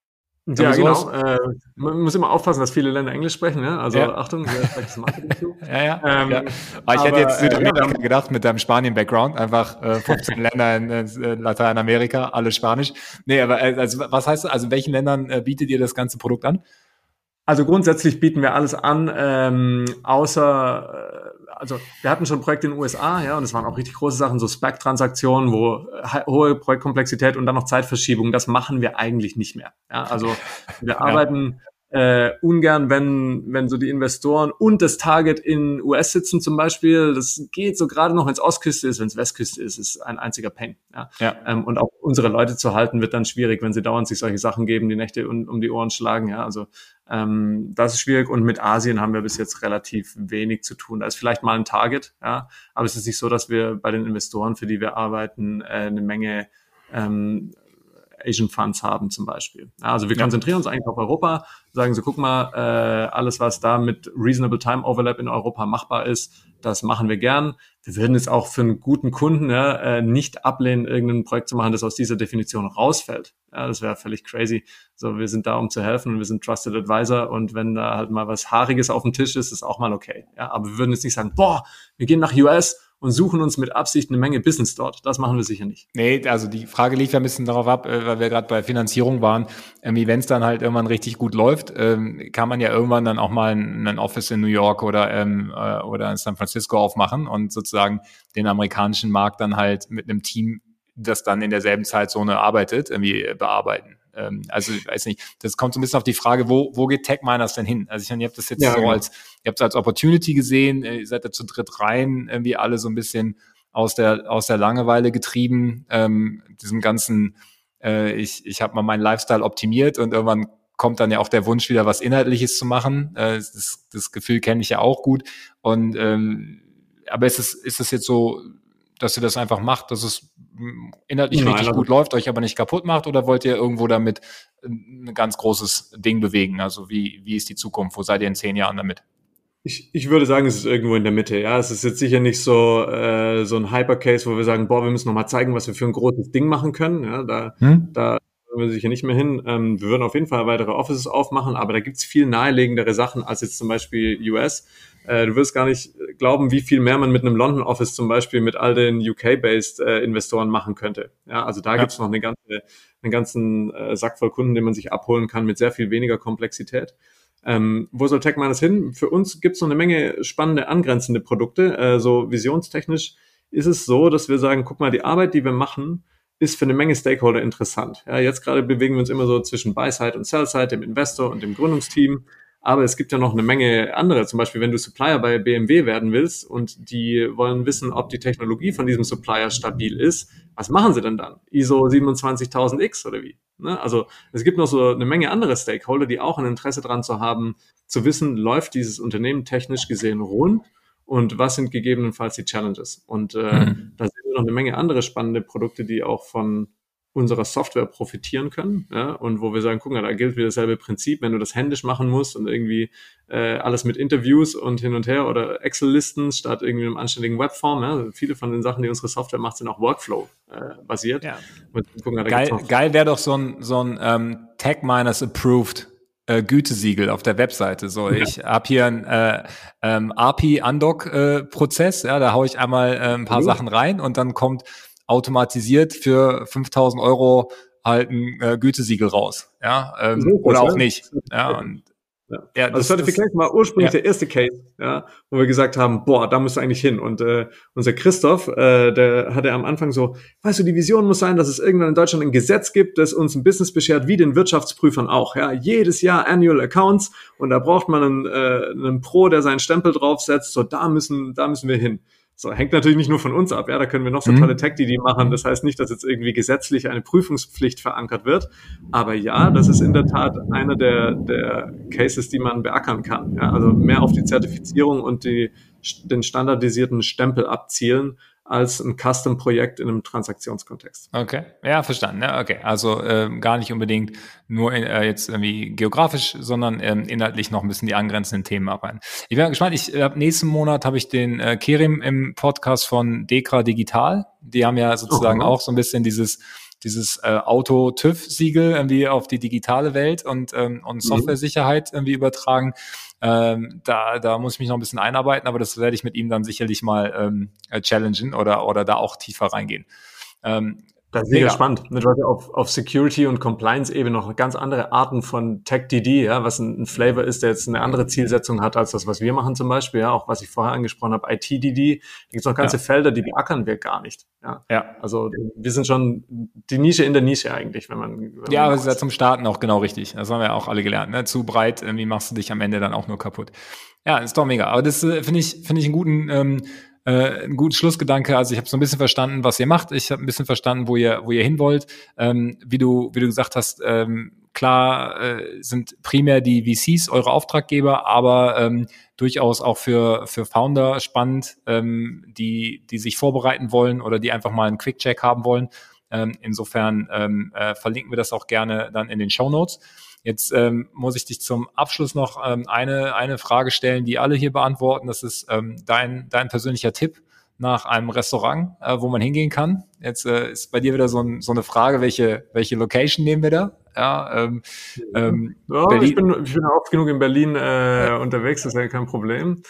S2: Ja, genau. Äh, man muss immer aufpassen, dass viele Länder Englisch sprechen. Ja? Also
S1: ja.
S2: Achtung, hier ist das Marketing zu.
S1: ja, ja, ähm, ja. Aber ich aber, hätte jetzt Südamerika äh, ja. gedacht mit deinem Spanien-Background, einfach äh, fünfzehn Länder in äh, Lateinamerika, alle Spanisch. Nee, aber äh, also was heißt das? Also in welchen Ländern äh, bietet ihr das ganze Produkt an?
S2: Also grundsätzlich bieten wir alles an, ähm, außer, äh, also wir hatten schon Projekte in den U S A, ja, und es waren auch richtig große Sachen, so SPAC-Transaktionen, wo äh, hohe Projektkomplexität und dann noch Zeitverschiebung, das machen wir eigentlich nicht mehr. Ja, also wir ja. arbeiten äh, ungern, wenn wenn so die Investoren und das Target in U S sitzen zum Beispiel, das geht so gerade noch, wenn es Ostküste ist, wenn es Westküste ist, ist ein einziger Pain. Ja. Ja. Ähm, und auch unsere Leute zu halten, wird dann schwierig, wenn sie dauernd sich solche Sachen geben, die Nächte um, um die Ohren schlagen. Ja, also ähm, das ist schwierig. Und mit Asien haben wir bis jetzt relativ wenig zu tun. Da ist vielleicht mal ein Target, ja, aber es ist nicht so, dass wir bei den Investoren, für die wir arbeiten, äh, eine Menge ähm, Asian Funds haben zum Beispiel. Ja, also wir ja. konzentrieren uns eigentlich auf Europa, sagen so, guck mal, äh, alles, was da mit Reasonable Time Overlap in Europa machbar ist, das machen wir gern. Wir würden jetzt auch für einen guten Kunden ja, äh, nicht ablehnen, irgendein Projekt zu machen, das aus dieser Definition rausfällt. Ja, das wäre völlig crazy. So, wir sind da, um zu helfen und wir sind Trusted Advisor und wenn da halt mal was Haariges auf dem Tisch ist, ist auch mal okay. Ja, aber wir würden jetzt nicht sagen, boah, wir gehen nach U S und suchen uns mit Absicht eine Menge Business dort. Das machen wir sicher nicht.
S1: Nee, also die Frage lief ja ein bisschen darauf ab, weil wir gerade bei Finanzierung waren. Irgendwie, wenn es dann halt irgendwann richtig gut läuft, ähm, kann man ja irgendwann dann auch mal ein, ein Office in New York oder ähm, äh, oder in San Francisco aufmachen und sozusagen den amerikanischen Markt dann halt mit einem Team, das dann in derselben Zeitzone arbeitet, irgendwie bearbeiten. Ähm, also ich weiß nicht, das kommt so ein bisschen auf die Frage, wo wo geht Techminers denn hin? Also ich meine, ihr habt das jetzt ja, so ja. als, ihr habt es als Opportunity gesehen, ihr seid da zu dritt rein, irgendwie alle so ein bisschen aus der aus der Langeweile getrieben, ähm, diesem ganzen, äh, ich ich habe mal meinen Lifestyle optimiert und irgendwann kommt dann ja auch der Wunsch wieder was Inhaltliches zu machen. Äh, das, das Gefühl kenne ich ja auch gut. Und ähm, aber ist es ist es jetzt so, dass ihr das einfach macht, dass es inhaltlich Nein, richtig also gut läuft, euch aber nicht kaputt macht, oder wollt ihr irgendwo damit ein ganz großes Ding bewegen? Also wie wie ist die Zukunft? Wo seid ihr in zehn Jahren damit?
S2: Ich, ich würde sagen, es ist irgendwo in der Mitte. Ja, es ist jetzt sicher nicht so äh, so ein Hypercase, wo wir sagen, boah, wir müssen noch mal zeigen, was wir für ein großes Ding machen können. Ja, da hm? da wir sicher nicht mehr hin. Ähm, wir würden auf jeden Fall weitere Offices aufmachen, aber da gibt's viel nahelegendere Sachen als jetzt zum Beispiel U S. Äh, du wirst gar nicht glauben, wie viel mehr man mit einem London Office zum Beispiel mit all den U K-based äh, Investoren machen könnte. Ja, also da ja. gibt's noch eine ganze, einen ganzen äh, Sack voll Kunden, den man sich abholen kann mit sehr viel weniger Komplexität. Ähm, wo soll Techminers hin? Für uns gibt's noch eine Menge spannende angrenzende Produkte. Äh, so visionstechnisch ist es so, dass wir sagen, guck mal, die Arbeit, die wir machen, ist für eine Menge Stakeholder interessant. Ja, jetzt gerade bewegen wir uns immer so zwischen Buy-Side und Sell-Side, dem Investor und dem Gründungsteam. Aber es gibt ja noch eine Menge andere. Zum Beispiel, wenn du Supplier bei B M W werden willst und die wollen wissen, ob die Technologie von diesem Supplier stabil ist, was machen sie denn dann? I S O siebenundzwanzigtausend X oder wie? Ne? Also es gibt noch so eine Menge andere Stakeholder, die auch ein Interesse daran zu haben, zu wissen, läuft dieses Unternehmen technisch gesehen rund und was sind gegebenenfalls die Challenges? Und äh, mhm. da sehen wir noch eine Menge andere spannende Produkte, die auch von unserer Software profitieren können, ja, und wo wir sagen, guck mal, da gilt wieder dasselbe Prinzip, wenn du das händisch machen musst und irgendwie äh, alles mit Interviews und hin und her oder Excel-Listen statt irgendwie einem anständigen Webform, ja, viele von den Sachen, die unsere Software macht, sind auch Workflow-basiert. Äh, ja.
S1: guck mal, geil geil wäre doch so ein, so ein ähm, Tech-Miners-Approved äh, Gütesiegel auf der Webseite. So, ja. Ich habe hier einen äh, ähm, A P I-Undock-Prozess, äh, ja, da haue ich einmal äh, ein paar mhm. Sachen rein und dann kommt automatisiert für fünftausend Euro halt ein äh, Gütesiegel raus, ja, ähm, so, oder auch nicht, ja, und
S2: ja. Ja, also das Certification war ursprünglich ja. der erste Case, ja, wo wir gesagt haben, boah, da musst du eigentlich hin. Und äh, unser Christoph, äh, der hatte am Anfang so, weißt du, die Vision muss sein, dass es irgendwann in Deutschland ein Gesetz gibt, das uns ein Business beschert, wie den Wirtschaftsprüfern auch. Ja, jedes Jahr Annual Accounts und da braucht man einen, äh, einen Pro, der seinen Stempel draufsetzt. So, da müssen, da müssen wir hin. So, hängt natürlich nicht nur von uns ab, ja, da können wir noch so tolle Tech-D D machen. Das heißt nicht, dass jetzt irgendwie gesetzlich eine Prüfungspflicht verankert wird. Aber ja, das ist in der Tat einer der, der Cases, die man beackern kann. Ja, also mehr auf die Zertifizierung und die, den standardisierten Stempel abzielen, als ein Custom-Projekt in einem Transaktionskontext.
S1: Okay, ja, verstanden. Ja, okay, also ähm, gar nicht unbedingt nur in, äh, jetzt irgendwie geografisch, sondern ähm, inhaltlich noch ein bisschen die angrenzenden Themen arbeiten. Ich bin gespannt. Ich äh, nächsten Monat habe ich den äh, Kerim im Podcast von Dekra Digital. Die haben ja sozusagen oh, auch so ein bisschen dieses dieses äh, Auto-TÜV-Siegel irgendwie auf die digitale Welt und ähm, und Software-Sicherheit irgendwie übertragen. Ähm, da, da muss ich mich noch ein bisschen einarbeiten, aber das werde ich mit ihm dann sicherlich mal ähm, challengen oder, oder da auch tiefer reingehen. Ähm,
S2: Das ist mega spannend. Du hast ja auf, auf Security- und Compliance-Ebene noch ganz andere Arten von Tech-D D, ja, was ein, ein Flavor ist, der jetzt eine andere Zielsetzung hat als das, was wir machen zum Beispiel, ja, auch was ich vorher angesprochen habe, I T-D D. Da gibt es noch ganze ja. Felder, die beackern wir gar nicht. Ja. ja. Also wir sind schon die Nische in der Nische eigentlich, wenn man... Wenn
S1: ja,
S2: man
S1: aber es ist ja zum Starten auch genau richtig. Das haben wir ja auch alle gelernt. Ne? Zu breit, irgendwie machst du dich am Ende dann auch nur kaputt. Ja, ist doch mega. Aber das äh, finde ich, finde ich einen guten... Ähm, Äh, ein guter Schlussgedanke. Also ich habe so ein bisschen verstanden, was ihr macht. Ich habe ein bisschen verstanden, wo ihr wo ihr hin wollt. Ähm, wie du wie du gesagt hast, ähm, klar äh, sind primär die V Cs eure Auftraggeber, aber ähm, durchaus auch für für Founder spannend, ähm, die die sich vorbereiten wollen oder die einfach mal einen Quick-Check haben wollen. Ähm, insofern ähm, äh, verlinken wir das auch gerne dann in den Shownotes. Jetzt ähm, muss ich dich zum Abschluss noch ähm, eine eine Frage stellen, die alle hier beantworten. Das ist ähm, dein dein persönlicher Tipp nach einem Restaurant, äh, wo man hingehen kann. Jetzt äh, ist bei dir wieder so, ein, so eine Frage, welche welche Location nehmen wir da? Ja, ähm, ähm,
S2: ja
S1: Berlin.
S2: ich bin ich bin oft genug in Berlin äh, ja. unterwegs, das ist ja kein Problem.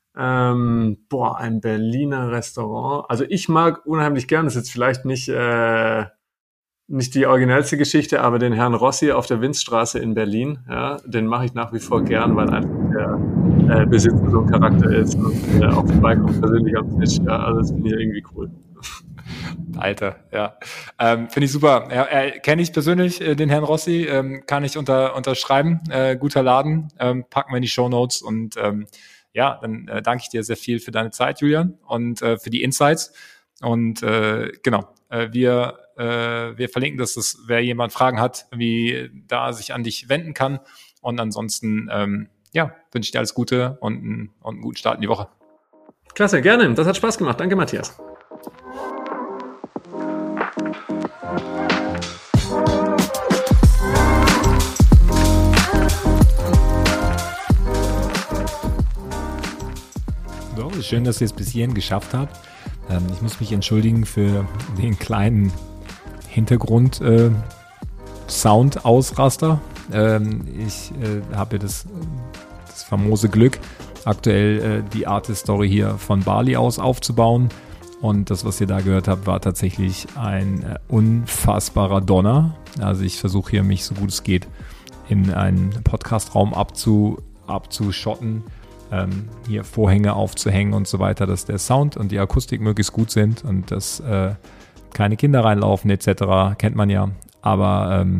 S2: Ähm, boah, ein Berliner Restaurant. Also ich mag unheimlich gern, das ist jetzt vielleicht nicht äh, nicht die originellste Geschichte, aber den Herrn Rossi auf der Winzstraße in Berlin, ja, den mache ich nach wie vor gern, weil einfach der äh, Besitzer so ein Charakter ist und äh, auch vorbeikommt persönlich am Tisch. Ja, also das finde ich irgendwie cool.
S1: Alter, ja. Ähm, finde ich super. Ja, äh, kenne ich persönlich, äh, den Herrn Rossi, ähm, kann ich unter, unterschreiben. Äh, guter Laden, ähm, packen wir in die Shownotes und ähm, ja, dann äh, danke ich dir sehr viel für deine Zeit, Julian, und äh, für die Insights. Und äh, genau, äh, wir äh, wir verlinken das, dass wer jemand Fragen hat, wie da sich an dich wenden kann. Und ansonsten, ähm, ja, wünsche ich dir alles Gute und, ein, und einen guten Start in die Woche.
S2: Klasse, gerne. Das hat Spaß gemacht. Danke, Matthias.
S1: So, schön, dass ihr es bis hierhin geschafft habt. Ähm, ich muss mich entschuldigen für den kleinen Hintergrund äh, Sound-Ausraster. Ähm, ich äh, habe das, das famose Glück, aktuell äh, die Artist-Story hier von Bali aus aufzubauen. Und das, was ihr da gehört habt, war tatsächlich ein äh, unfassbarer Donner. Also ich versuche hier, mich so gut es geht in einen Podcast-Raum abzu, abzuschotten, ähm, hier Vorhänge aufzuhängen und so weiter, dass der Sound und die Akustik möglichst gut sind und dass äh, keine Kinder reinlaufen et cetera. Kennt man ja. Aber ähm,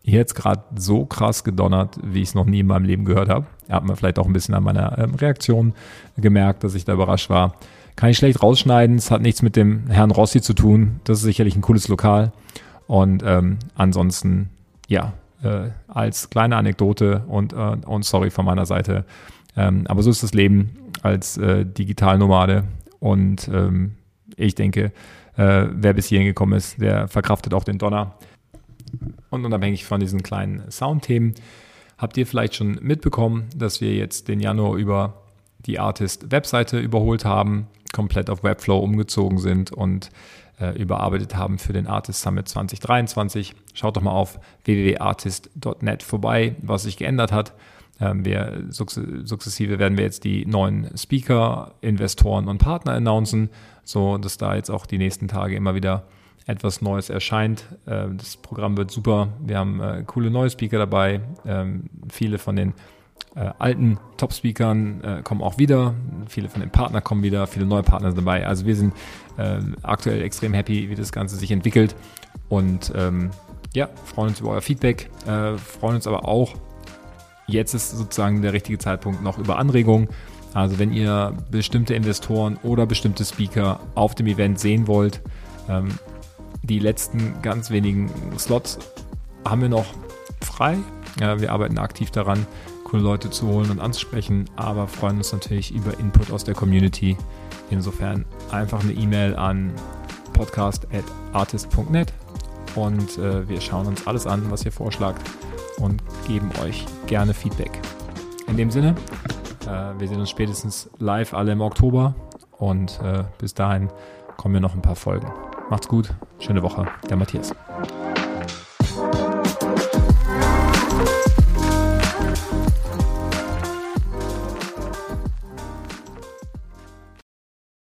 S1: hier jetzt gerade so krass gedonnert, wie ich es noch nie in meinem Leben gehört habe. Hat man vielleicht auch ein bisschen an meiner ähm, Reaktion gemerkt, dass ich da überrascht war. Kann ich schlecht rausschneiden, es hat nichts mit dem Herrn Rossi zu tun. Das ist sicherlich ein cooles Lokal. Und ähm, ansonsten, ja, äh, als kleine Anekdote und, äh, und sorry von meiner Seite. Ähm, aber so ist das Leben als äh, Digitalnomade. Und ähm, ich denke, äh, wer bis hierhin gekommen ist, der verkraftet auch den Donner. Und unabhängig von diesen kleinen Soundthemen habt ihr vielleicht schon mitbekommen, dass wir jetzt den Januar über die Artist-Webseite überholt haben, komplett auf Webflow umgezogen sind und äh, überarbeitet haben für den Artist Summit zwanzig dreiundzwanzig. Schaut doch mal auf w w w punkt artist punkt net vorbei, was sich geändert hat. Ähm, wir sukzessive werden wir jetzt die neuen Speaker, Investoren und Partner announcen, so dass da jetzt auch die nächsten Tage immer wieder etwas Neues erscheint. Das Programm wird super. Wir haben äh, coole neue Speaker dabei. Ähm, viele von den äh, alten Top-Speakern äh, kommen auch wieder. Viele von den Partnern kommen wieder. Viele neue Partner sind dabei. Also wir sind äh, aktuell extrem happy, wie das Ganze sich entwickelt. Und ähm, ja, freuen uns über euer Feedback. Äh, freuen uns aber auch, jetzt ist sozusagen der richtige Zeitpunkt noch über Anregungen. Also wenn ihr bestimmte Investoren oder bestimmte Speaker auf dem Event sehen wollt, ähm, die letzten ganz wenigen Slots haben wir noch frei. Ja, wir arbeiten aktiv daran, coole Leute zu holen und anzusprechen, aber freuen uns natürlich über Input aus der Community. Insofern einfach eine E-Mail an podcast at artist punkt net und äh, wir schauen uns alles an, was ihr vorschlagt und geben euch gerne Feedback. In dem Sinne, äh, wir sehen uns spätestens live alle im Oktober und äh, bis dahin kommen wir noch ein paar Folgen. Macht's gut, schöne Woche, der Matthias.